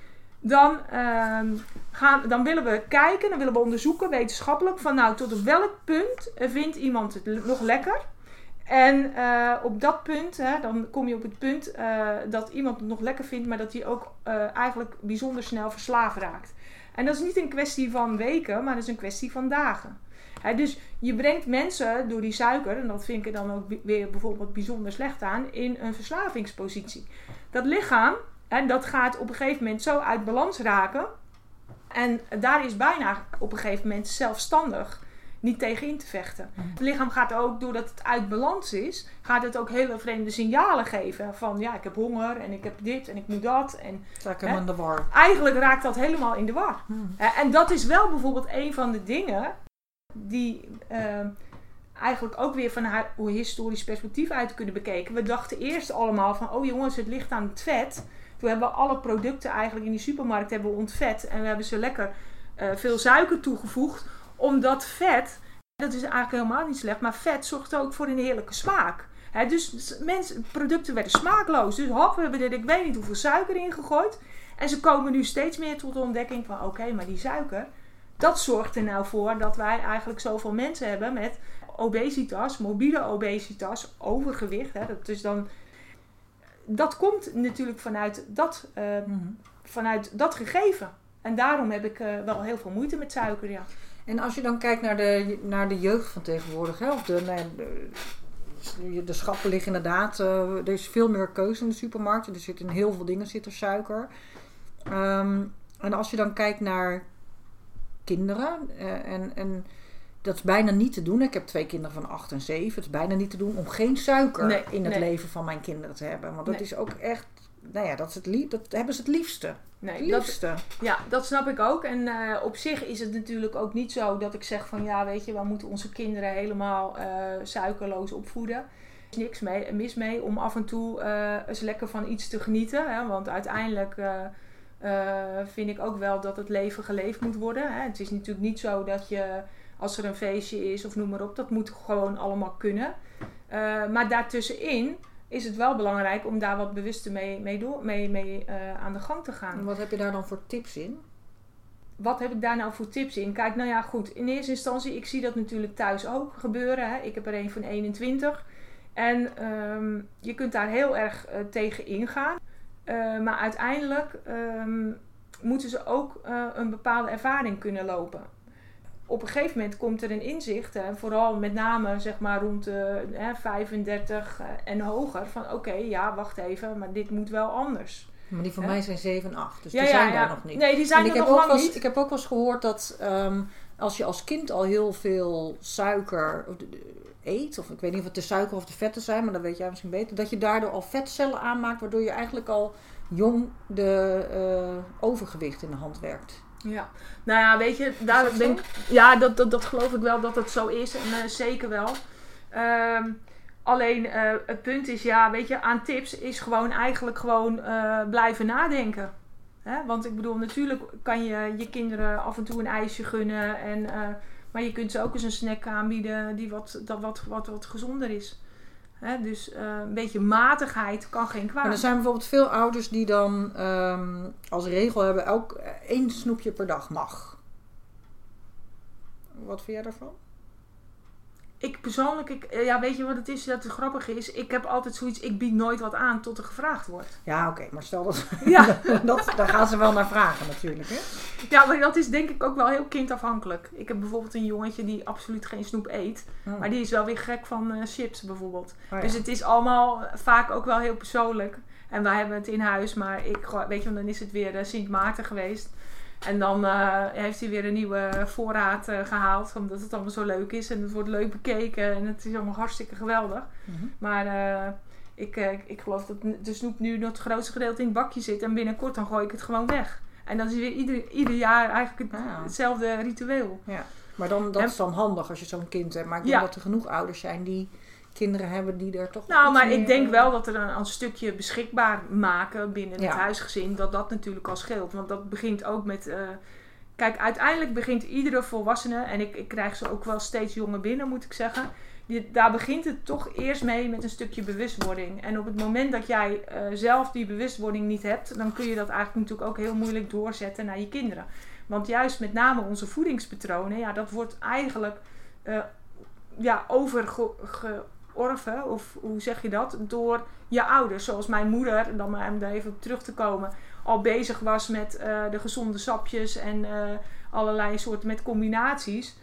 dan willen we kijken, dan willen we onderzoeken wetenschappelijk van tot op welk punt vindt iemand het nog lekker. En op dat punt, dan kom je op het punt dat iemand het nog lekker vindt, maar dat hij ook eigenlijk bijzonder snel verslaafd raakt. En dat is niet een kwestie van weken, maar dat is een kwestie van dagen. Dus je brengt mensen door die suiker, en dat vind ik er dan ook weer bijvoorbeeld bijzonder slecht aan, in een verslavingspositie. Dat lichaam, dat gaat op een gegeven moment zo uit balans raken. En daar is bijna op een gegeven moment zelfstandig niet tegen in te vechten. Het lichaam gaat ook, doordat het uit balans is, gaat het ook hele vreemde signalen geven. Van ik heb honger en ik heb dit en ik moet dat. En raak hem in de war. Eigenlijk raakt dat helemaal in de war. En dat is wel bijvoorbeeld een van de dingen die eigenlijk ook weer van een historisch perspectief uit kunnen bekeken. We dachten eerst allemaal van, jongens, het ligt aan het vet. Toen hebben we alle producten eigenlijk in die supermarkt hebben we ontvet. En we hebben ze lekker veel suiker toegevoegd. Omdat vet, dat is eigenlijk helemaal niet slecht, maar vet zorgt ook voor een heerlijke smaak. Dus producten werden smaakloos. Dus we hebben er ik weet niet hoeveel suiker in gegooid. En ze komen nu steeds meer tot de ontdekking van maar die suiker, dat zorgt er nou voor dat wij eigenlijk zoveel mensen hebben met obesitas, morbide obesitas, overgewicht. Dat komt natuurlijk vanuit dat gegeven. En daarom heb ik wel heel veel moeite met suiker, ja. En als je dan kijkt naar de jeugd van tegenwoordig, of de schappen liggen inderdaad, er is veel meer keuze in de supermarkt. Er zit in heel veel dingen suiker. En als je dan kijkt naar kinderen, en dat is bijna niet te doen. Ik heb 2 kinderen van 8 en 7. Het is bijna niet te doen om geen suiker in het leven van mijn kinderen te hebben. Want dat is ook echt, dat hebben ze het liefste. Dat snap ik ook. En op zich is het natuurlijk ook niet zo dat ik zeg van we moeten onze kinderen helemaal suikerloos opvoeden. Er is niks mis mee om af en toe eens lekker van iets te genieten. Want uiteindelijk vind ik ook wel dat het leven geleefd moet worden. Het is natuurlijk niet zo dat je, als er een feestje is of noem maar op, dat moet gewoon allemaal kunnen. Maar daartussenin is het wel belangrijk om daar wat bewuster mee aan de gang te gaan. En wat heb je daar dan voor tips in? Wat heb ik daar nou voor tips in? Kijk, goed. In eerste instantie, ik zie dat natuurlijk thuis ook gebeuren. Ik heb er een van 21. En je kunt daar heel erg tegen ingaan. Maar uiteindelijk moeten ze ook een bepaalde ervaring kunnen lopen. Op een gegeven moment komt er een inzicht, vooral met name zeg maar rond de 35 en hoger, van wacht even, maar dit moet wel anders. Maar die van mij zijn 7 en 8, dus die zijn daar nog niet. Nee, die zijn er nog lang niet. Ik heb ook wel eens gehoord dat als je als kind al heel veel suiker eet, of ik weet niet of het de suiker of de vetten zijn, maar dat weet jij misschien beter, dat je daardoor al vetcellen aanmaakt, waardoor je eigenlijk al jong de overgewicht in de hand werkt. Ja, weet je, dat geloof ik wel dat het zo is. En zeker wel. Alleen het punt is, aan tips is eigenlijk gewoon blijven nadenken. Want ik bedoel, natuurlijk kan je kinderen af en toe een ijsje gunnen. Maar je kunt ze ook eens een snack aanbieden die wat gezonder is. Dus een beetje matigheid kan geen kwaad. En er zijn bijvoorbeeld veel ouders die dan als regel hebben, elk 1 snoepje per dag mag. Wat vind jij daarvan? Ik persoonlijk, weet je wat het is dat het grappig is? Ik heb altijd zoiets, ik bied nooit wat aan tot er gevraagd wordt. Ja, oké, maar stel dat... daar gaan ze wel naar vragen natuurlijk, hè? Ja, maar dat is denk ik ook wel heel kindafhankelijk. Ik heb bijvoorbeeld een jongetje die absoluut geen snoep eet. Maar die is wel weer gek van chips bijvoorbeeld. Dus het is allemaal vaak ook wel heel persoonlijk. En wij hebben het in huis, maar dan is het weer Sint Maarten geweest. En dan heeft hij weer een nieuwe voorraad gehaald. Omdat het allemaal zo leuk is. En het wordt leuk bekeken. En het is allemaal hartstikke geweldig. Mm-hmm. Maar ik geloof dat de snoep nu nog het grootste gedeelte in het bakje zit. En binnenkort dan gooi ik het gewoon weg. En dat is weer ieder jaar eigenlijk hetzelfde ritueel. Ja. Maar dat is dan handig als je zo'n kind hebt. Maar ik denk dat er genoeg ouders zijn die kinderen hebben die er toch... Nou, maar meer, ik denk wel dat er een stukje beschikbaar maken binnen het Ja. huisgezin, dat natuurlijk al scheelt. Want dat begint ook met... kijk, uiteindelijk begint iedere volwassene, en ik krijg ze ook wel steeds jonger binnen, moet ik zeggen. Daar begint het toch eerst mee met een stukje bewustwording. En op het moment dat jij zelf die bewustwording niet hebt, dan kun je dat eigenlijk natuurlijk ook heel moeilijk doorzetten naar je kinderen. Want juist met name onze voedingspatronen, ja, dat wordt eigenlijk overgeorven, of hoe zeg je dat, door je ouders. Zoals mijn moeder, dan maar om daar even op terug te komen, al bezig was met de gezonde sapjes en allerlei soorten met combinaties.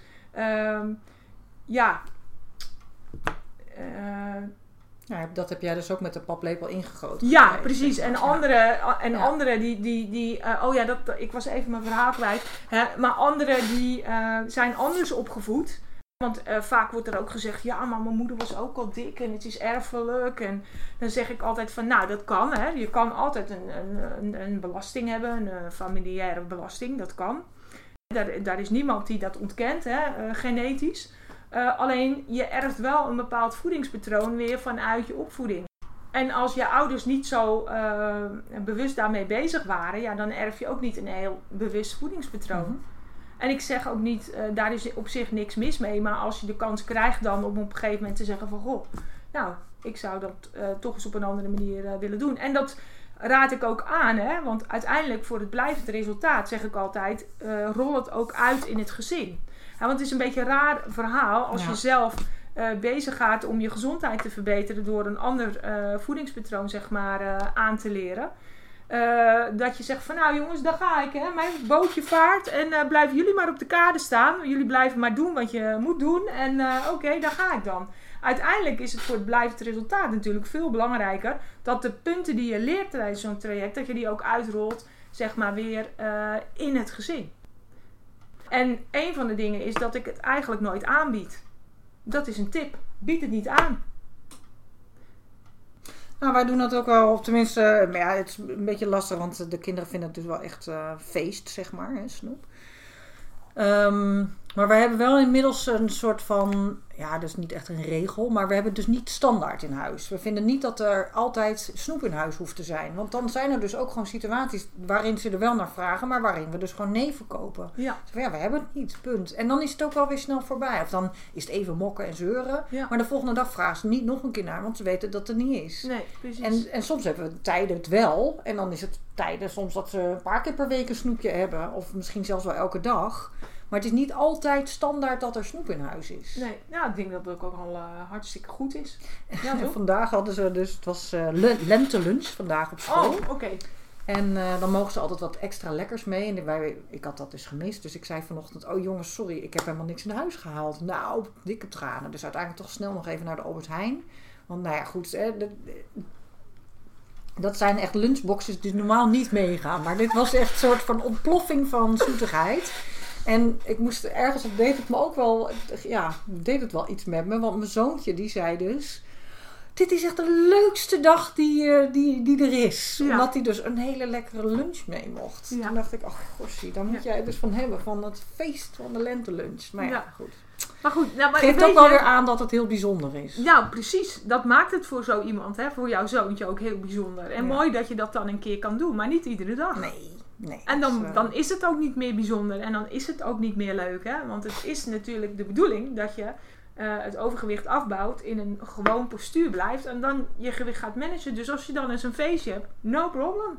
dat heb jij dus ook met de paplepel ingegoten. Ja, precies. En anderen die ik was even mijn verhaal kwijt. Hè, maar anderen die zijn anders opgevoed. Want vaak wordt er ook gezegd, ja, maar mijn moeder was ook al dik en het is erfelijk. En dan zeg ik altijd van, nou, dat kan. Hè. Je kan altijd een belasting hebben, een familiaire belasting, dat kan. Daar is niemand die dat ontkent, hè, genetisch. Alleen je erft wel een bepaald voedingspatroon weer vanuit je opvoeding. En als je ouders niet zo bewust daarmee bezig waren, ja, dan erf je ook niet een heel bewust voedingspatroon. Mm-hmm. En ik zeg ook niet, daar is op zich niks mis mee, maar als je de kans krijgt dan om op een gegeven moment te zeggen van, goh, nou, ik zou dat toch eens op een andere manier willen doen. En dat raad ik ook aan, hè, want uiteindelijk voor het blijvend resultaat, zeg ik altijd, rol het ook uit in het gezin. Ja, want het is een beetje een raar verhaal als je zelf bezig gaat om je gezondheid te verbeteren door een ander voedingspatroon, zeg maar, aan te leren. Dat je zegt van, nou jongens, daar ga ik, hè, mijn bootje vaart en blijven jullie maar op de kade staan. Jullie blijven maar doen wat je moet doen en oké, daar ga ik dan. Uiteindelijk is het voor het blijvend resultaat natuurlijk veel belangrijker dat de punten die je leert tijdens zo'n traject, dat je die ook uitrolt, zeg maar, weer in het gezin. En een van de dingen is dat ik het eigenlijk nooit aanbied. Dat is een tip. Bied het niet aan. Nou, wij doen dat ook wel, tenminste, maar ja, het is een beetje lastig, want de kinderen vinden het dus wel echt feest, zeg maar, hè, snoep. Maar wij hebben wel inmiddels een soort van, ja, dat is niet echt een regel, maar we hebben het dus niet standaard in huis. We vinden niet dat er altijd snoep in huis hoeft te zijn. Want dan zijn er dus ook gewoon situaties waarin ze er wel naar vragen, maar waarin we dus gewoon nee verkopen. Ja. Dus ja, we hebben het niet, punt. En dan is het ook wel weer snel voorbij. Of dan is het even mokken en zeuren. Ja. Maar de volgende dag vragen ze niet nog een keer naar, want ze weten dat het er niet is. Nee, precies. En soms hebben we tijden het wel. En dan is het tijden soms dat ze een paar keer per week een snoepje hebben. Of misschien zelfs wel elke dag. Maar het is niet altijd standaard dat er snoep in huis is. Nee, nou, ik denk dat het ook al hartstikke goed is. Ja, en vandaag hadden ze dus, het was lentelunch vandaag op school. Oh, oké. En dan mogen ze altijd wat extra lekkers mee. En ik had dat dus gemist. Dus ik zei vanochtend, oh jongens, sorry, ik heb helemaal niks in huis gehaald. Nou, dikke tranen. Dus uiteindelijk toch snel nog even naar de Albert Heijn. Want nou ja, goed, dat zijn echt lunchboxes die normaal niet meegaan. Maar dit was echt een soort van ontploffing van zoetigheid. En ik moest ergens, op deed het me ook wel, ja, deed het wel iets met me. Want mijn zoontje, die zei dus, dit is echt de leukste dag die er is. Ja. Omdat hij dus een hele lekkere lunch mee mocht. Ja. Toen dacht ik, ach gossie, daar moet jij dus van hebben. Van het feest van de lentelunch. Maar ja, goed. Maar goed, nou, maar geeft ook wel weer aan dat het heel bijzonder is. Ja, precies. Dat maakt het voor zo iemand, hè, voor jouw zoontje ook heel bijzonder. En mooi dat je dat dan een keer kan doen, maar niet iedere dag. Nee, en dan is het ook niet meer bijzonder en dan is het ook niet meer leuk. Hè? Want het is natuurlijk de bedoeling dat je het overgewicht afbouwt, in een gewoon postuur blijft en dan je gewicht gaat managen. Dus als je dan eens een feestje hebt, no problem.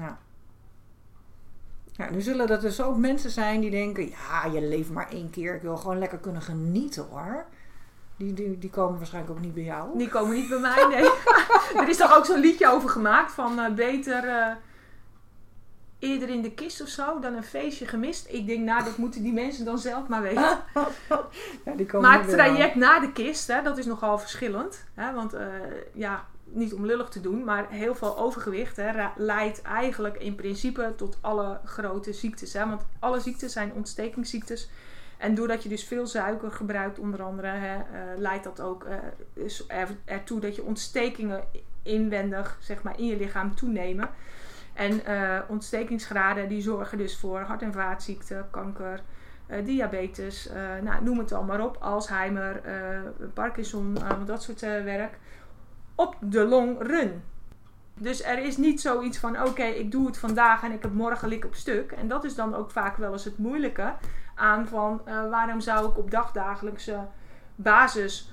Ja, nu zullen er dus ook mensen zijn die denken, ja, je leeft maar 1 keer. Ik wil gewoon lekker kunnen genieten, hoor. Die komen waarschijnlijk ook niet bij jou. Die komen niet bij mij, nee. Er is toch ook zo'n liedje over gemaakt van beter eerder in de kist of zo dan een feestje gemist. Ik denk, nou, dat moeten die mensen dan zelf maar weten. Ja, die komen maar het traject naar de kist, hè, dat is nogal verschillend. Hè, want niet om lullig te doen, maar heel veel overgewicht leidt eigenlijk in principe tot alle grote ziektes. Hè, want alle ziektes zijn ontstekingsziektes. En doordat je dus veel suiker gebruikt onder andere, leidt dat ook ertoe dat je ontstekingen inwendig, zeg maar, in je lichaam toenemen. En ontstekingsgraden die zorgen dus voor hart- en vaatziekten, kanker, diabetes, noem het dan maar op, Alzheimer, Parkinson, dat soort werk, op de long run. Dus er is niet zoiets van, oké, ik doe het vandaag en ik heb morgen lik op stuk. En dat is dan ook vaak wel eens het moeilijke aan van, waarom zou ik op dagdagelijkse basis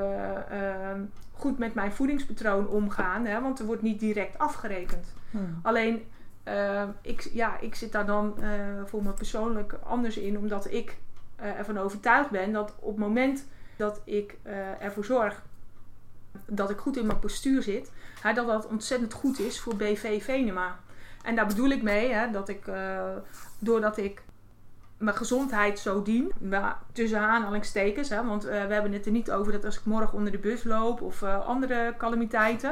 goed met mijn voedingspatroon omgaan, hè? Want er wordt niet direct afgerekend. Alleen, ik zit daar dan voor me persoonlijk anders in, omdat ik ervan overtuigd ben dat op het moment dat ik ervoor zorg dat ik goed in mijn postuur zit, dat dat ontzettend goed is voor BV Venema. En daar bedoel ik mee, dat ik, doordat ik mijn gezondheid zo dien, tussen aanhalingstekens, want we hebben het er niet over dat als ik morgen onder de bus loop of andere calamiteiten.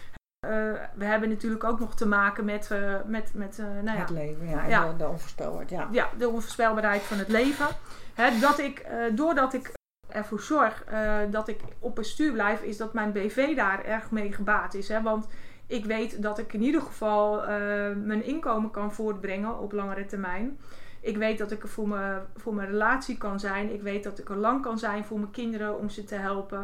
We hebben natuurlijk ook nog te maken met het leven, de onvoorspelbaarheid. Ja, de onvoorspelbaarheid van het leven. Doordat ik ervoor zorg dat ik op postuur blijf, is dat mijn BV daar erg mee gebaat is. Want ik weet dat ik in ieder geval mijn inkomen kan voortbrengen op langere termijn. Ik weet dat ik er voor mijn relatie kan zijn. Ik weet dat ik er lang kan zijn voor mijn kinderen om ze te helpen.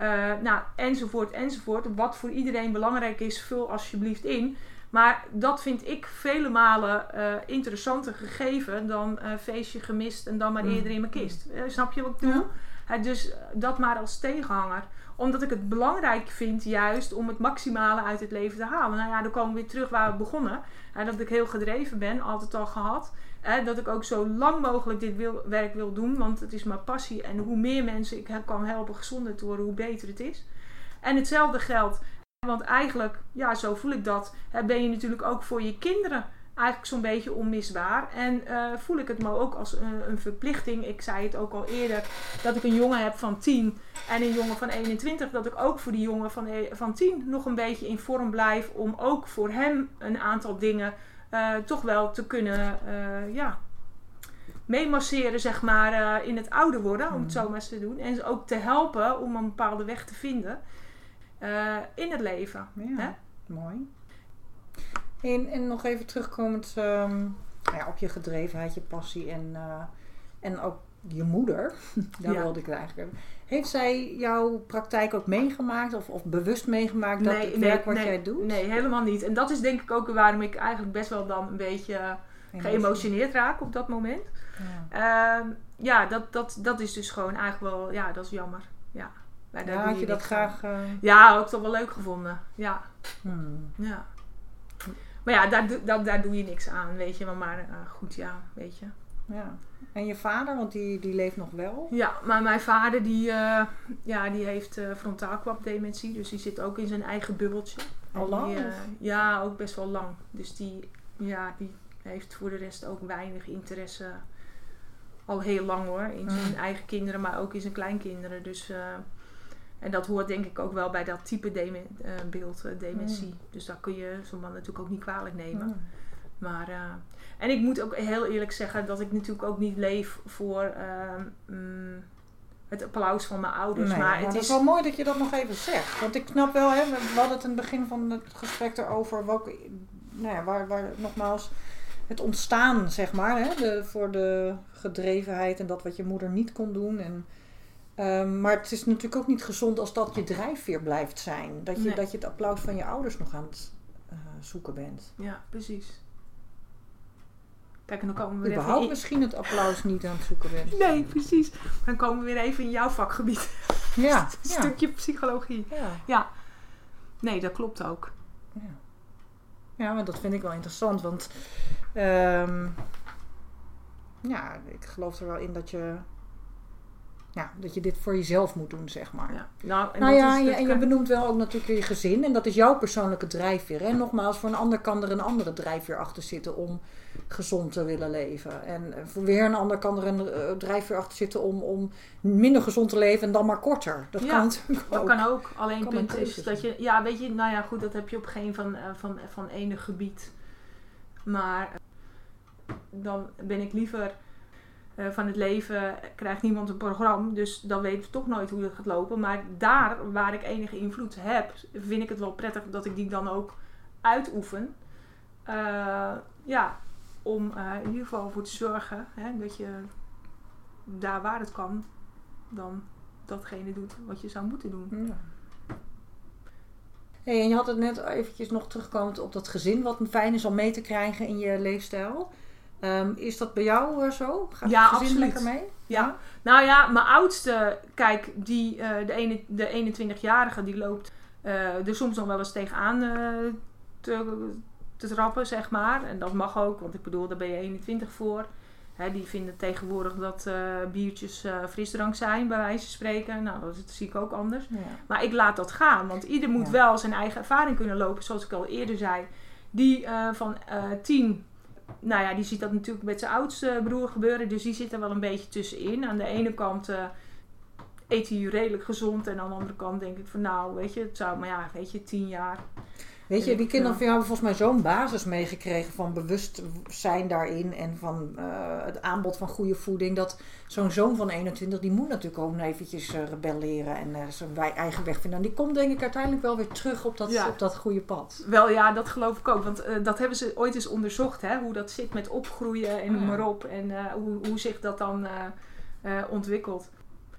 Enzovoort. Wat voor iedereen belangrijk is, vul alsjeblieft in. Maar dat vind ik vele malen interessanter gegeven dan feestje gemist en dan maar eerder in mijn kist. Snap je wat ik bedoel? Dus dat maar als tegenhanger. Omdat ik het belangrijk vind juist om het maximale uit het leven te halen. Dan komen we weer terug waar we begonnen. Dat ik heel gedreven ben, altijd al gehad. Dat ik ook zo lang mogelijk dit werk wil doen. Want het is mijn passie. En hoe meer mensen ik kan helpen gezonder te worden, hoe beter het is. En hetzelfde geldt. Want eigenlijk, zo voel ik dat. Ben je natuurlijk ook voor je kinderen eigenlijk zo'n beetje onmisbaar. En voel ik het me ook als een verplichting. Ik zei het ook al eerder. Dat ik een jongen heb van 10 en een jongen van 21. Dat ik ook voor die jongen van 10 nog een beetje in vorm blijf. Om ook voor hem een aantal dingen toch wel te kunnen meemasseren, zeg maar, in het ouder worden. Om het zo maar eens te doen. En ze ook te helpen om een bepaalde weg te vinden in het leven. Ja, mooi. En nog even terugkomend op je gedrevenheid, je passie en ook je moeder. Daar wilde ik het eigenlijk hebben. Heeft zij jouw praktijk ook meegemaakt of bewust meegemaakt dat het werk wat jij doet? Nee, helemaal niet. En dat is denk ik ook waarom ik eigenlijk best wel dan een beetje geëmotioneerd raak op dat moment. Dat is dus gewoon eigenlijk wel, dat is jammer. Ja. Had je dat graag? Ja, had ik toch wel leuk gevonden. Ja. Ja. Maar daar doe je niks aan, weet je. Maar goed, weet je. Ja. En je vader, want die leeft nog wel? Ja, maar mijn vader die heeft frontaalkwapdementie. Dus die zit ook in zijn eigen bubbeltje. Al lang? Ja, ook best wel lang. Dus die heeft voor de rest ook weinig interesse. Al heel lang hoor. In zijn eigen kinderen, maar ook in zijn kleinkinderen. Dus... En dat hoort denk ik ook wel bij dat type dementie. Dus daar kun je zo'n man natuurlijk ook niet kwalijk nemen. Maar, en ik moet ook heel eerlijk zeggen dat ik natuurlijk ook niet leef voor het applaus van mijn ouders. Nee, maar het is wel mooi dat je dat nog even zegt. Want ik snap wel, we hadden het in het begin van het gesprek erover waar nogmaals het ontstaan, zeg maar, voor de gedrevenheid en dat wat je moeder niet kon doen. Maar het is natuurlijk ook niet gezond als dat je drijfveer blijft zijn. Dat je het applaus van je ouders nog aan het zoeken bent. Ja, precies. Kijk, en dan komen we überhaupt misschien het applaus niet aan het zoeken bent. Nee, precies. Dan komen we weer even in jouw vakgebied. Ja. Een stukje psychologie. Ja. Nee, dat klopt ook. Ja, maar dat vind ik wel interessant. Want ik geloof er wel in dat je dit voor jezelf moet doen, zeg maar. Ja. En je benoemt wel ook natuurlijk je gezin. En dat is jouw persoonlijke drijfveer. En nogmaals, voor een ander kan er een andere drijfveer achter zitten om gezond te willen leven. En voor weer een ander kan er een drijfveer achter zitten om minder gezond te leven en dan maar korter. Dat kan natuurlijk ook. Dat kan ook. Alleen het punt is dat je... weet je, goed, dat heb je op geen van enig gebied. Maar dan ben ik liever... van het leven krijgt niemand een programma. Dus dan weten we toch nooit hoe het gaat lopen. Maar daar waar ik enige invloed heb, vind ik het wel prettig dat ik die dan ook uitoefen. Om in ieder geval voor te zorgen dat je daar waar het kan, dan datgene doet wat je zou moeten doen. Ja. Hey, en je had het net eventjes nog terugkomend op dat gezin wat fijn is om mee te krijgen in je leefstijl. Is dat bij jou zo? Gaat het gezin absoluut. lekker mee? Ja. Nou ja, mijn oudste, kijk, de 21-jarige, die loopt er soms nog wel eens tegenaan te trappen, zeg maar. En dat mag ook, want ik bedoel, daar ben je 21 voor. Die vinden tegenwoordig dat biertjes frisdrank zijn, bij wijze van spreken. Nou, dat zie ik ook anders. Ja. Maar ik laat dat gaan, want ieder moet wel zijn eigen ervaring kunnen lopen. Zoals ik al eerder zei. Die van 10, nou ja, die ziet dat natuurlijk met zijn oudste broer gebeuren. Dus die zit er wel een beetje tussenin. Aan de ene kant eet hij redelijk gezond. En aan de andere kant denk ik van, nou, weet je, het zou, maar ja, weet je, 10 jaar... Weet je, die kinderen van jou hebben volgens mij zo'n basis meegekregen van bewustzijn daarin en van het aanbod van goede voeding. Dat zo'n zoon van 21, die moet natuurlijk ook eventjes rebelleren en zijn eigen weg vinden. En die komt denk ik uiteindelijk wel weer terug op dat goede pad. Wel ja, dat geloof ik ook. Want dat hebben ze ooit eens onderzocht. Hè? Hoe dat zit met opgroeien en noem maar op. En hoe zich dat dan ontwikkelt.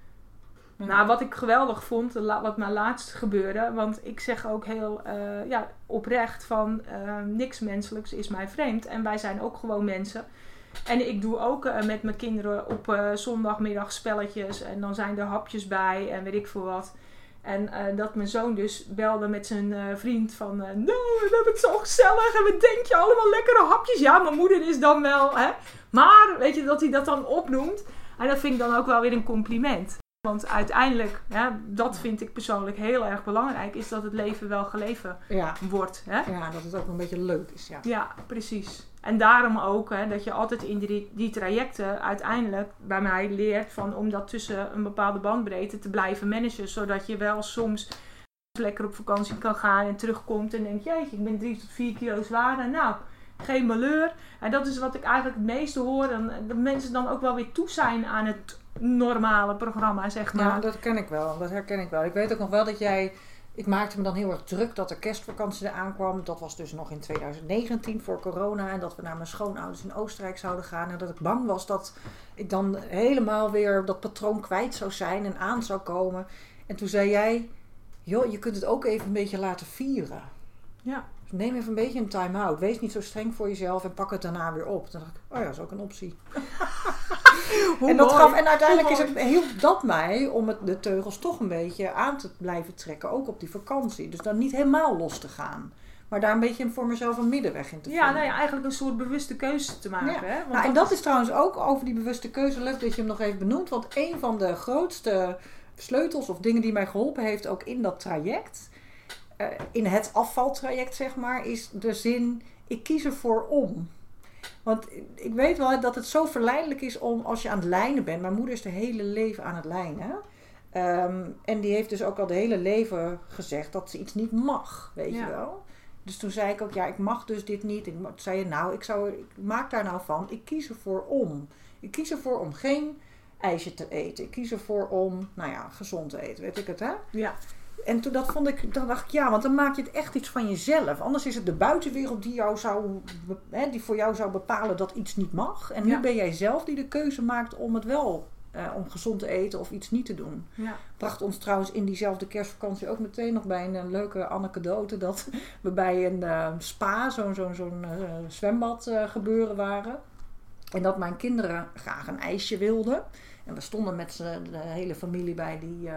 Ja. Nou, wat ik geweldig vond, wat mij laatst gebeurde. Want ik zeg ook heel oprecht van niks menselijks is mij vreemd. En wij zijn ook gewoon mensen. En ik doe ook met mijn kinderen op zondagmiddag spelletjes. En dan zijn er hapjes bij en weet ik veel wat. En dat mijn zoon dus belde met zijn vriend van... nou, we hebben het zo gezellig en we denken allemaal lekkere hapjes. Ja, mijn moeder is dan wel... Hè? Maar, weet je, dat hij dat dan opnoemt. En dat vind ik dan ook wel weer een compliment. Want uiteindelijk, dat vind ik persoonlijk heel erg belangrijk, is dat het leven wel geleven wordt. Hè? Ja, dat het ook een beetje leuk is. Ja, precies. En daarom ook dat je altijd in die trajecten uiteindelijk bij mij leert om dat tussen een bepaalde bandbreedte te blijven managen. Zodat je wel soms lekker op vakantie kan gaan en terugkomt en denkt, jeetje, ik ben 3 tot 4 kilo zwaarder. Nou, geen malheur. En dat is wat ik eigenlijk het meeste hoor. Dat mensen dan ook wel weer toe zijn aan het normale programma, zeg maar. Ja, dat herken ik wel. Ik weet ook nog wel dat jij... Ik maakte me dan heel erg druk dat de kerstvakantie eraan kwam. Dat was dus nog in 2019 voor corona. En dat we naar mijn schoonouders in Oostenrijk zouden gaan. En dat ik bang was dat ik dan helemaal weer dat patroon kwijt zou zijn en aan zou komen. En toen zei jij, joh, je kunt het ook even een beetje laten vieren. Ja. Dus neem even een beetje een time-out. Wees niet zo streng voor jezelf en pak het daarna weer op. Toen dacht ik, oh ja, dat is ook een optie. En uiteindelijk hielp dat mij om de teugels toch een beetje aan te blijven trekken. Ook op die vakantie. Dus dan niet helemaal los te gaan. Maar daar een beetje voor mezelf een middenweg in te vinden. Ja, nou ja, eigenlijk een soort bewuste keuze te maken. Ja. Hè? Want nou, en dat is trouwens ook over die bewuste keuze. Leuk dat je hem nog even benoemt. Want een van de grootste sleutels of dingen die mij geholpen heeft ook in dat traject... in het afvaltraject, zeg maar, is de zin, ik kies ervoor om. Want ik weet wel dat het zo verleidelijk is om, als je aan het lijnen bent. Mijn moeder is haar hele leven aan het lijnen. En die heeft dus ook al de hele leven gezegd dat ze iets niet mag, weet je wel. Dus toen zei ik ook, ja, ik mag dus dit niet. Ik zei, nou, ik maak daar nou van, ik kies ervoor om. Ik kies ervoor om geen ijsje te eten. Ik kies ervoor om, nou ja, gezond te eten, weet ik het, hè? Ja. En toen dacht ik, ja, want dan maak je het echt iets van jezelf. Anders is het de buitenwereld die die voor jou zou bepalen dat iets niet mag. En nu ben jij zelf die de keuze maakt om het wel, om gezond te eten of iets niet te doen. Ja. Bracht ons trouwens in diezelfde kerstvakantie ook meteen nog bij een leuke anekdote dat we bij een spa, zo'n zwembad gebeuren waren. En dat mijn kinderen graag een ijsje wilden. En we stonden met de hele familie bij die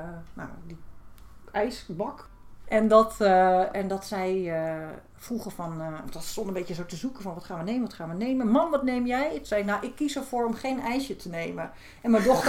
ijsbak. En dat zij vroegen van... dat stond een beetje zo te zoeken van wat gaan we nemen? Mam, wat neem jij? Ik zei, nou, ik kies ervoor om geen ijsje te nemen. En mijn dochter,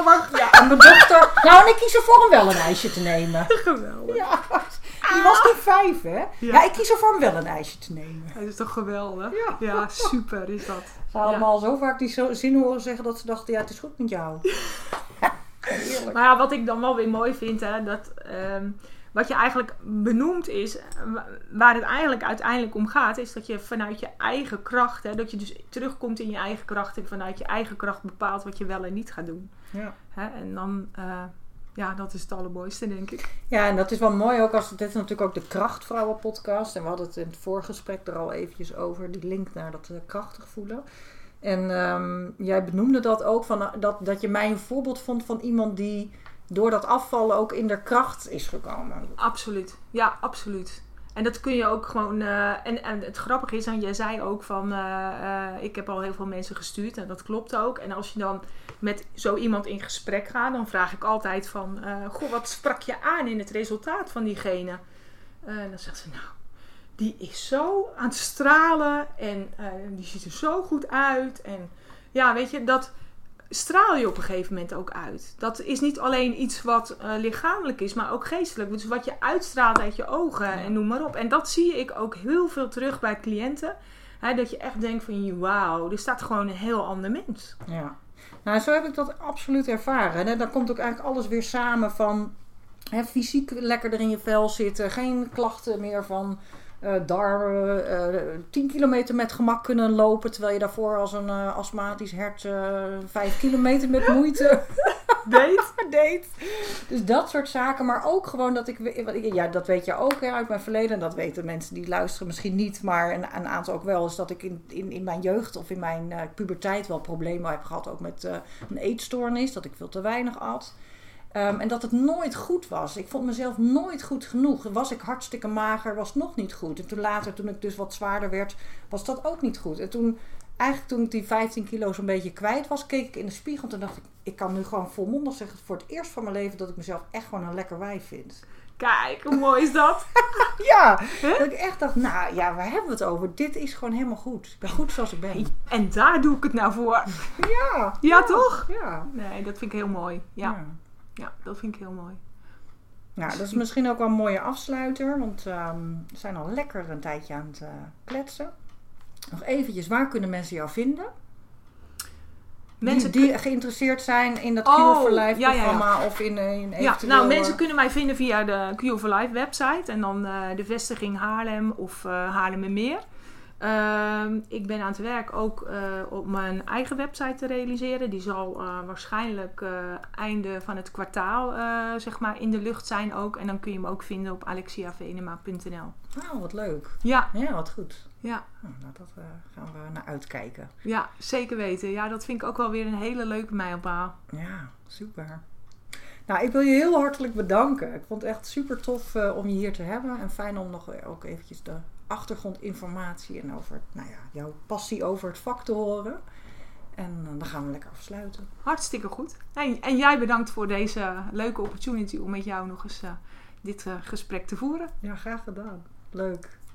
en ik kies ervoor om wel een ijsje te nemen. Geweldig. Ja, die was toen 5, hè? Ja, ik kies ervoor om wel een ijsje te nemen. Dat is toch geweldig? Ja, super is dat. Ze hadden me al zo vaak die zin horen zeggen dat ze dachten, ja, het is goed met jou. Heerlijk. Maar ja, wat ik dan wel weer mooi vind, hè, dat wat je eigenlijk benoemt is, waar het eigenlijk uiteindelijk om gaat, is dat je vanuit je eigen kracht, hè, dat je dus terugkomt in je eigen kracht en vanuit je eigen kracht bepaalt wat je wel en niet gaat doen. Ja. Hè, en dan, dat is het allermooiste, denk ik. Ja, en dat is wel mooi ook, dit is natuurlijk ook de Krachtvrouwen podcast en we hadden het in het voorgesprek er al eventjes over, die link naar dat krachtig voelen. En jij benoemde dat ook, dat je mij een voorbeeld vond van iemand die door dat afvallen ook in de kracht is gekomen. Absoluut. Ja, absoluut. En dat kun je ook gewoon... en het grappige is, en jij zei ook van... ik heb al heel veel mensen gestuurd en dat klopt ook. En als je dan met zo iemand in gesprek gaat, dan vraag ik altijd van... goh, wat sprak je aan in het resultaat van diegene? En dan zegt ze, nou, die is zo aan het stralen en die ziet er zo goed uit. En ja, weet je, dat straal je op een gegeven moment ook uit. Dat is niet alleen iets wat lichamelijk is, maar ook geestelijk. Dus wat je uitstraalt uit je ogen en noem maar op. En dat zie ik ook heel veel terug bij cliënten. Hè, dat je echt denkt van, wauw, er staat gewoon een heel ander mens. Ja, nou zo heb ik dat absoluut ervaren. Hè. Dan komt ook eigenlijk alles weer samen van fysiek lekkerder in je vel zitten. Geen klachten meer van darmen. 10 kilometer met gemak kunnen lopen. Terwijl je daarvoor als een astmatisch hert 5 kilometer met moeite deed. Dus dat soort zaken. Maar ook gewoon dat dat weet je ook uit mijn verleden. En dat weten mensen die luisteren misschien niet. Maar een aantal ook wel. Is dat ik in mijn jeugd of in mijn puberteit wel problemen heb gehad. Ook met een eetstoornis. Dat ik veel te weinig at. En dat het nooit goed was. Ik vond mezelf nooit goed genoeg. Was ik hartstikke mager, was nog niet goed. En toen later, toen ik dus wat zwaarder werd, was dat ook niet goed. En toen ik die 15 kilo zo'n beetje kwijt was, keek ik in de spiegel. En toen dacht ik kan nu gewoon volmondig zeggen voor het eerst van mijn leven dat ik mezelf echt gewoon een lekker wijf vind. Kijk, hoe mooi is dat? Ja, dat ik echt dacht, nou ja, waar hebben we het over? Dit is gewoon helemaal goed. Ik ben goed zoals ik ben. En daar doe ik het nou voor. Ja, toch? Ja. Nee, dat vind ik heel mooi. Ja, dat vind ik heel mooi. Nou, dat is misschien ook wel een mooie afsluiter. Want we zijn al lekker een tijdje aan het kletsen. Nog eventjes, waar kunnen mensen jou vinden? Mensen die geïnteresseerd zijn in dat Cure for Life programma of in eventueel... Nou, mensen kunnen mij vinden via de Cure for Life website. En dan de vestiging Haarlem of Haarlemmermeer. Ik ben aan het werk ook op mijn eigen website te realiseren. Die zal waarschijnlijk einde van het kwartaal zeg maar in de lucht zijn ook. En dan kun je hem ook vinden op alexiavenema.nl. Oh, wat leuk. Ja, wat goed. Ja. Nou, dat gaan we naar uitkijken. Ja, zeker weten. Ja, dat vind ik ook wel weer een hele leuke mijlpaal. Ja, super. Nou, ik wil je heel hartelijk bedanken. Ik vond het echt super tof om je hier te hebben. En fijn om nog ook eventjes de achtergrondinformatie en over jouw passie over het vak te horen. En dan gaan we lekker afsluiten. Hartstikke goed. En jij bedankt voor deze leuke opportunity om met jou nog eens dit gesprek te voeren. Ja, graag gedaan. Leuk.